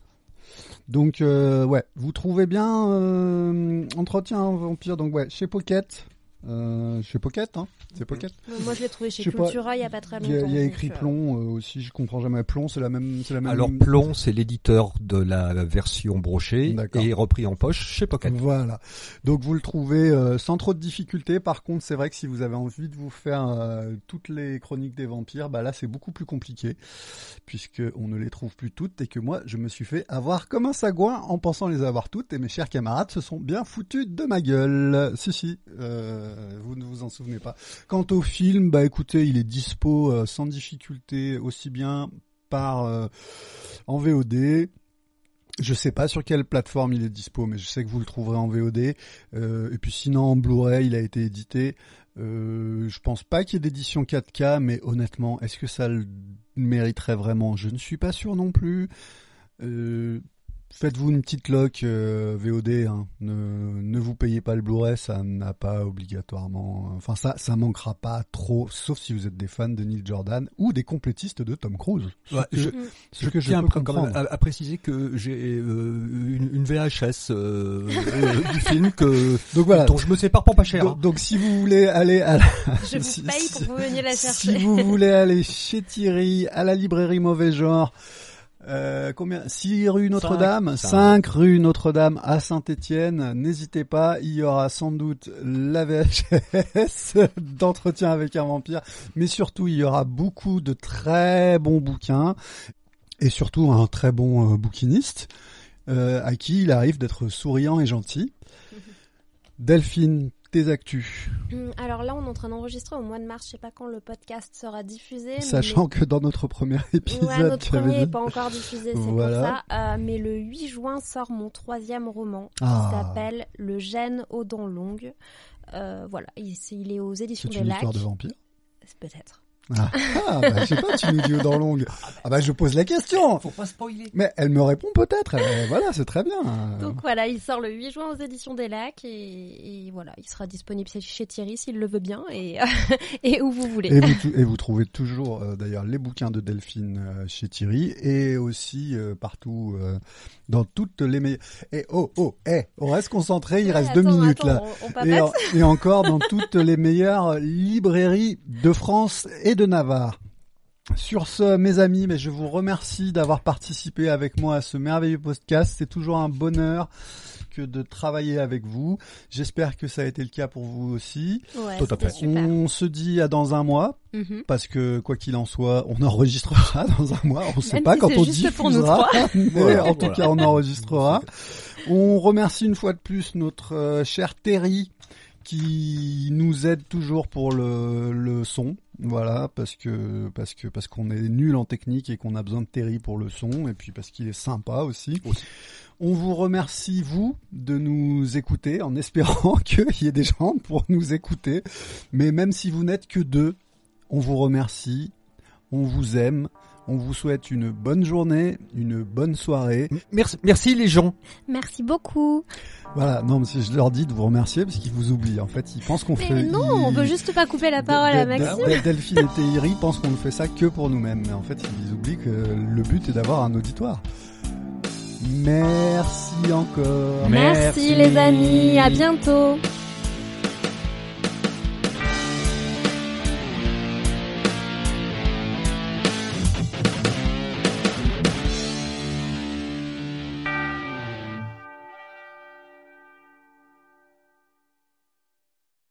Donc, euh, ouais, vous trouvez bien euh, Entretien un vampire, donc ouais, chez Pocket. Euh, chez Pocket, hein. C'est Pocket. Moi, je l'ai trouvé chez Je sais pas, Cultura il y a pas très Il y a, longtemps. il y a donc, écrit euh, Plomb euh, aussi, je comprends jamais. Plomb, c'est la même, c'est la même. Alors Plomb, c'est l'éditeur de la version brochée D'accord. et repris en poche chez Pocket. Voilà. Donc vous le trouvez euh, sans trop de difficultés. Par contre, c'est vrai que si vous avez envie de vous faire euh, toutes les chroniques des vampires, bah là c'est beaucoup plus compliqué puisque on ne les trouve plus toutes et que moi je me suis fait avoir comme un sagouin en pensant les avoir toutes et mes chers camarades se sont bien foutus de ma gueule. Si si, euh, vous ne vous en souvenez pas. Quant au film, bah écoutez, il est dispo euh, sans difficulté aussi bien par euh, en V O D. Je sais pas sur quelle plateforme il est dispo, mais je sais que vous le trouverez en V O D. Euh, et puis sinon en Blu-ray, il a été édité. Euh, je pense pas qu'il y ait d'édition quatre K, mais honnêtement, est-ce que ça le mériterait vraiment ? Je ne suis pas sûr non plus. Euh, Faites-vous une petite loc euh, V O D, hein. ne, ne vous payez pas le Blu-ray, ça n'a pas obligatoirement... Enfin, ça ça manquera pas trop, sauf si vous êtes des fans de Neil Jordan ou des complétistes de Tom Cruise. Ce Ouais, que je, ce que je tiens peux quand même comprendre. à, à préciser que j'ai euh, une, une V H S euh, euh, du film que Donc voilà. dont je me sépare pour pas cher. Donc, donc si vous voulez aller à la... Je vous si, paye pour que vous veniez la chercher. Si vous voulez aller chez Thierry, à la librairie Mauvais Genre... Euh, combien six rue Notre-Dame, cinq rue Notre-Dame à Saint-Étienne. N'hésitez pas, il y aura sans doute la V H S d'Entretien avec un vampire, mais surtout il y aura beaucoup de très bons bouquins et surtout un très bon euh, bouquiniste euh, à qui il arrive d'être souriant et gentil. Delphine, tes actus. Alors là, on est en train d'enregistrer au mois de mars. Je sais pas quand le podcast sera diffusé. Sachant mais... que dans notre premier épisode, ouais, notre tu avais premier dit... n'est pas encore diffusé, c'est voilà. pour ça. Euh, mais le huit juin sort mon troisième roman ah. qui s'appelle Le gène aux dents longues. Euh, voilà, il, il est aux éditions C'est des une Lacs. histoire de vampire. Peut-être. Ah, ah bah, je sais pas, tu nous dis aux dents longues. Ah bah je pose la question. Faut pas spoiler. Mais elle me répond peut-être. Euh, voilà, c'est très bien. Donc voilà, il sort le huit juin aux éditions des Lacs et, et voilà, il sera disponible chez Thierry s'il le veut bien et, et où vous voulez. Et vous, et vous trouvez toujours euh, d'ailleurs les bouquins de Delphine euh, chez Thierry et aussi euh, partout euh, dans toutes les meilleures. Et oh oh, eh, on reste concentré, il ouais, reste attends, deux minutes attends, là. On, on et, en, et encore dans toutes les meilleures librairies de France et de Navarre. Sur ce, mes amis, mais je vous remercie d'avoir participé avec moi à ce merveilleux podcast. C'est toujours un bonheur que de travailler avec vous. J'espère que ça a été le cas pour vous aussi. Ouais, Tout à fait. super. On se dit à dans un mois, mm-hmm. parce que quoi qu'il en soit, on enregistrera dans un mois. On ne sait Même pas si quand c'est on juste pour nous diffusera, trois. mais Voilà, en tout voilà. cas, on enregistrera. On remercie une fois de plus notre euh, cher Terry qui nous aide toujours pour le, le son, voilà, parce que parce que parce qu'on est nul en technique et qu'on a besoin de Terry pour le son, et puis parce qu'il est sympa aussi. Aussi. On vous remercie, vous, de nous écouter, en espérant qu'il y ait des gens pour nous écouter. Mais même si vous n'êtes que deux, on vous remercie, on vous aime. On vous souhaite une bonne journée, une bonne soirée. Merci, merci les gens. Merci beaucoup. Voilà, non, mais je leur dis de vous remercier parce qu'ils vous oublient. En fait, ils pensent qu'on Mais fait... non, ils... on veut juste pas couper la parole à Maxime. Del- Delphine et Thierry pensent qu'on ne fait ça que pour nous-mêmes. Mais en fait, ils oublient que le but est d'avoir un auditoire. Merci encore. Merci, Merci. les amis, à bientôt.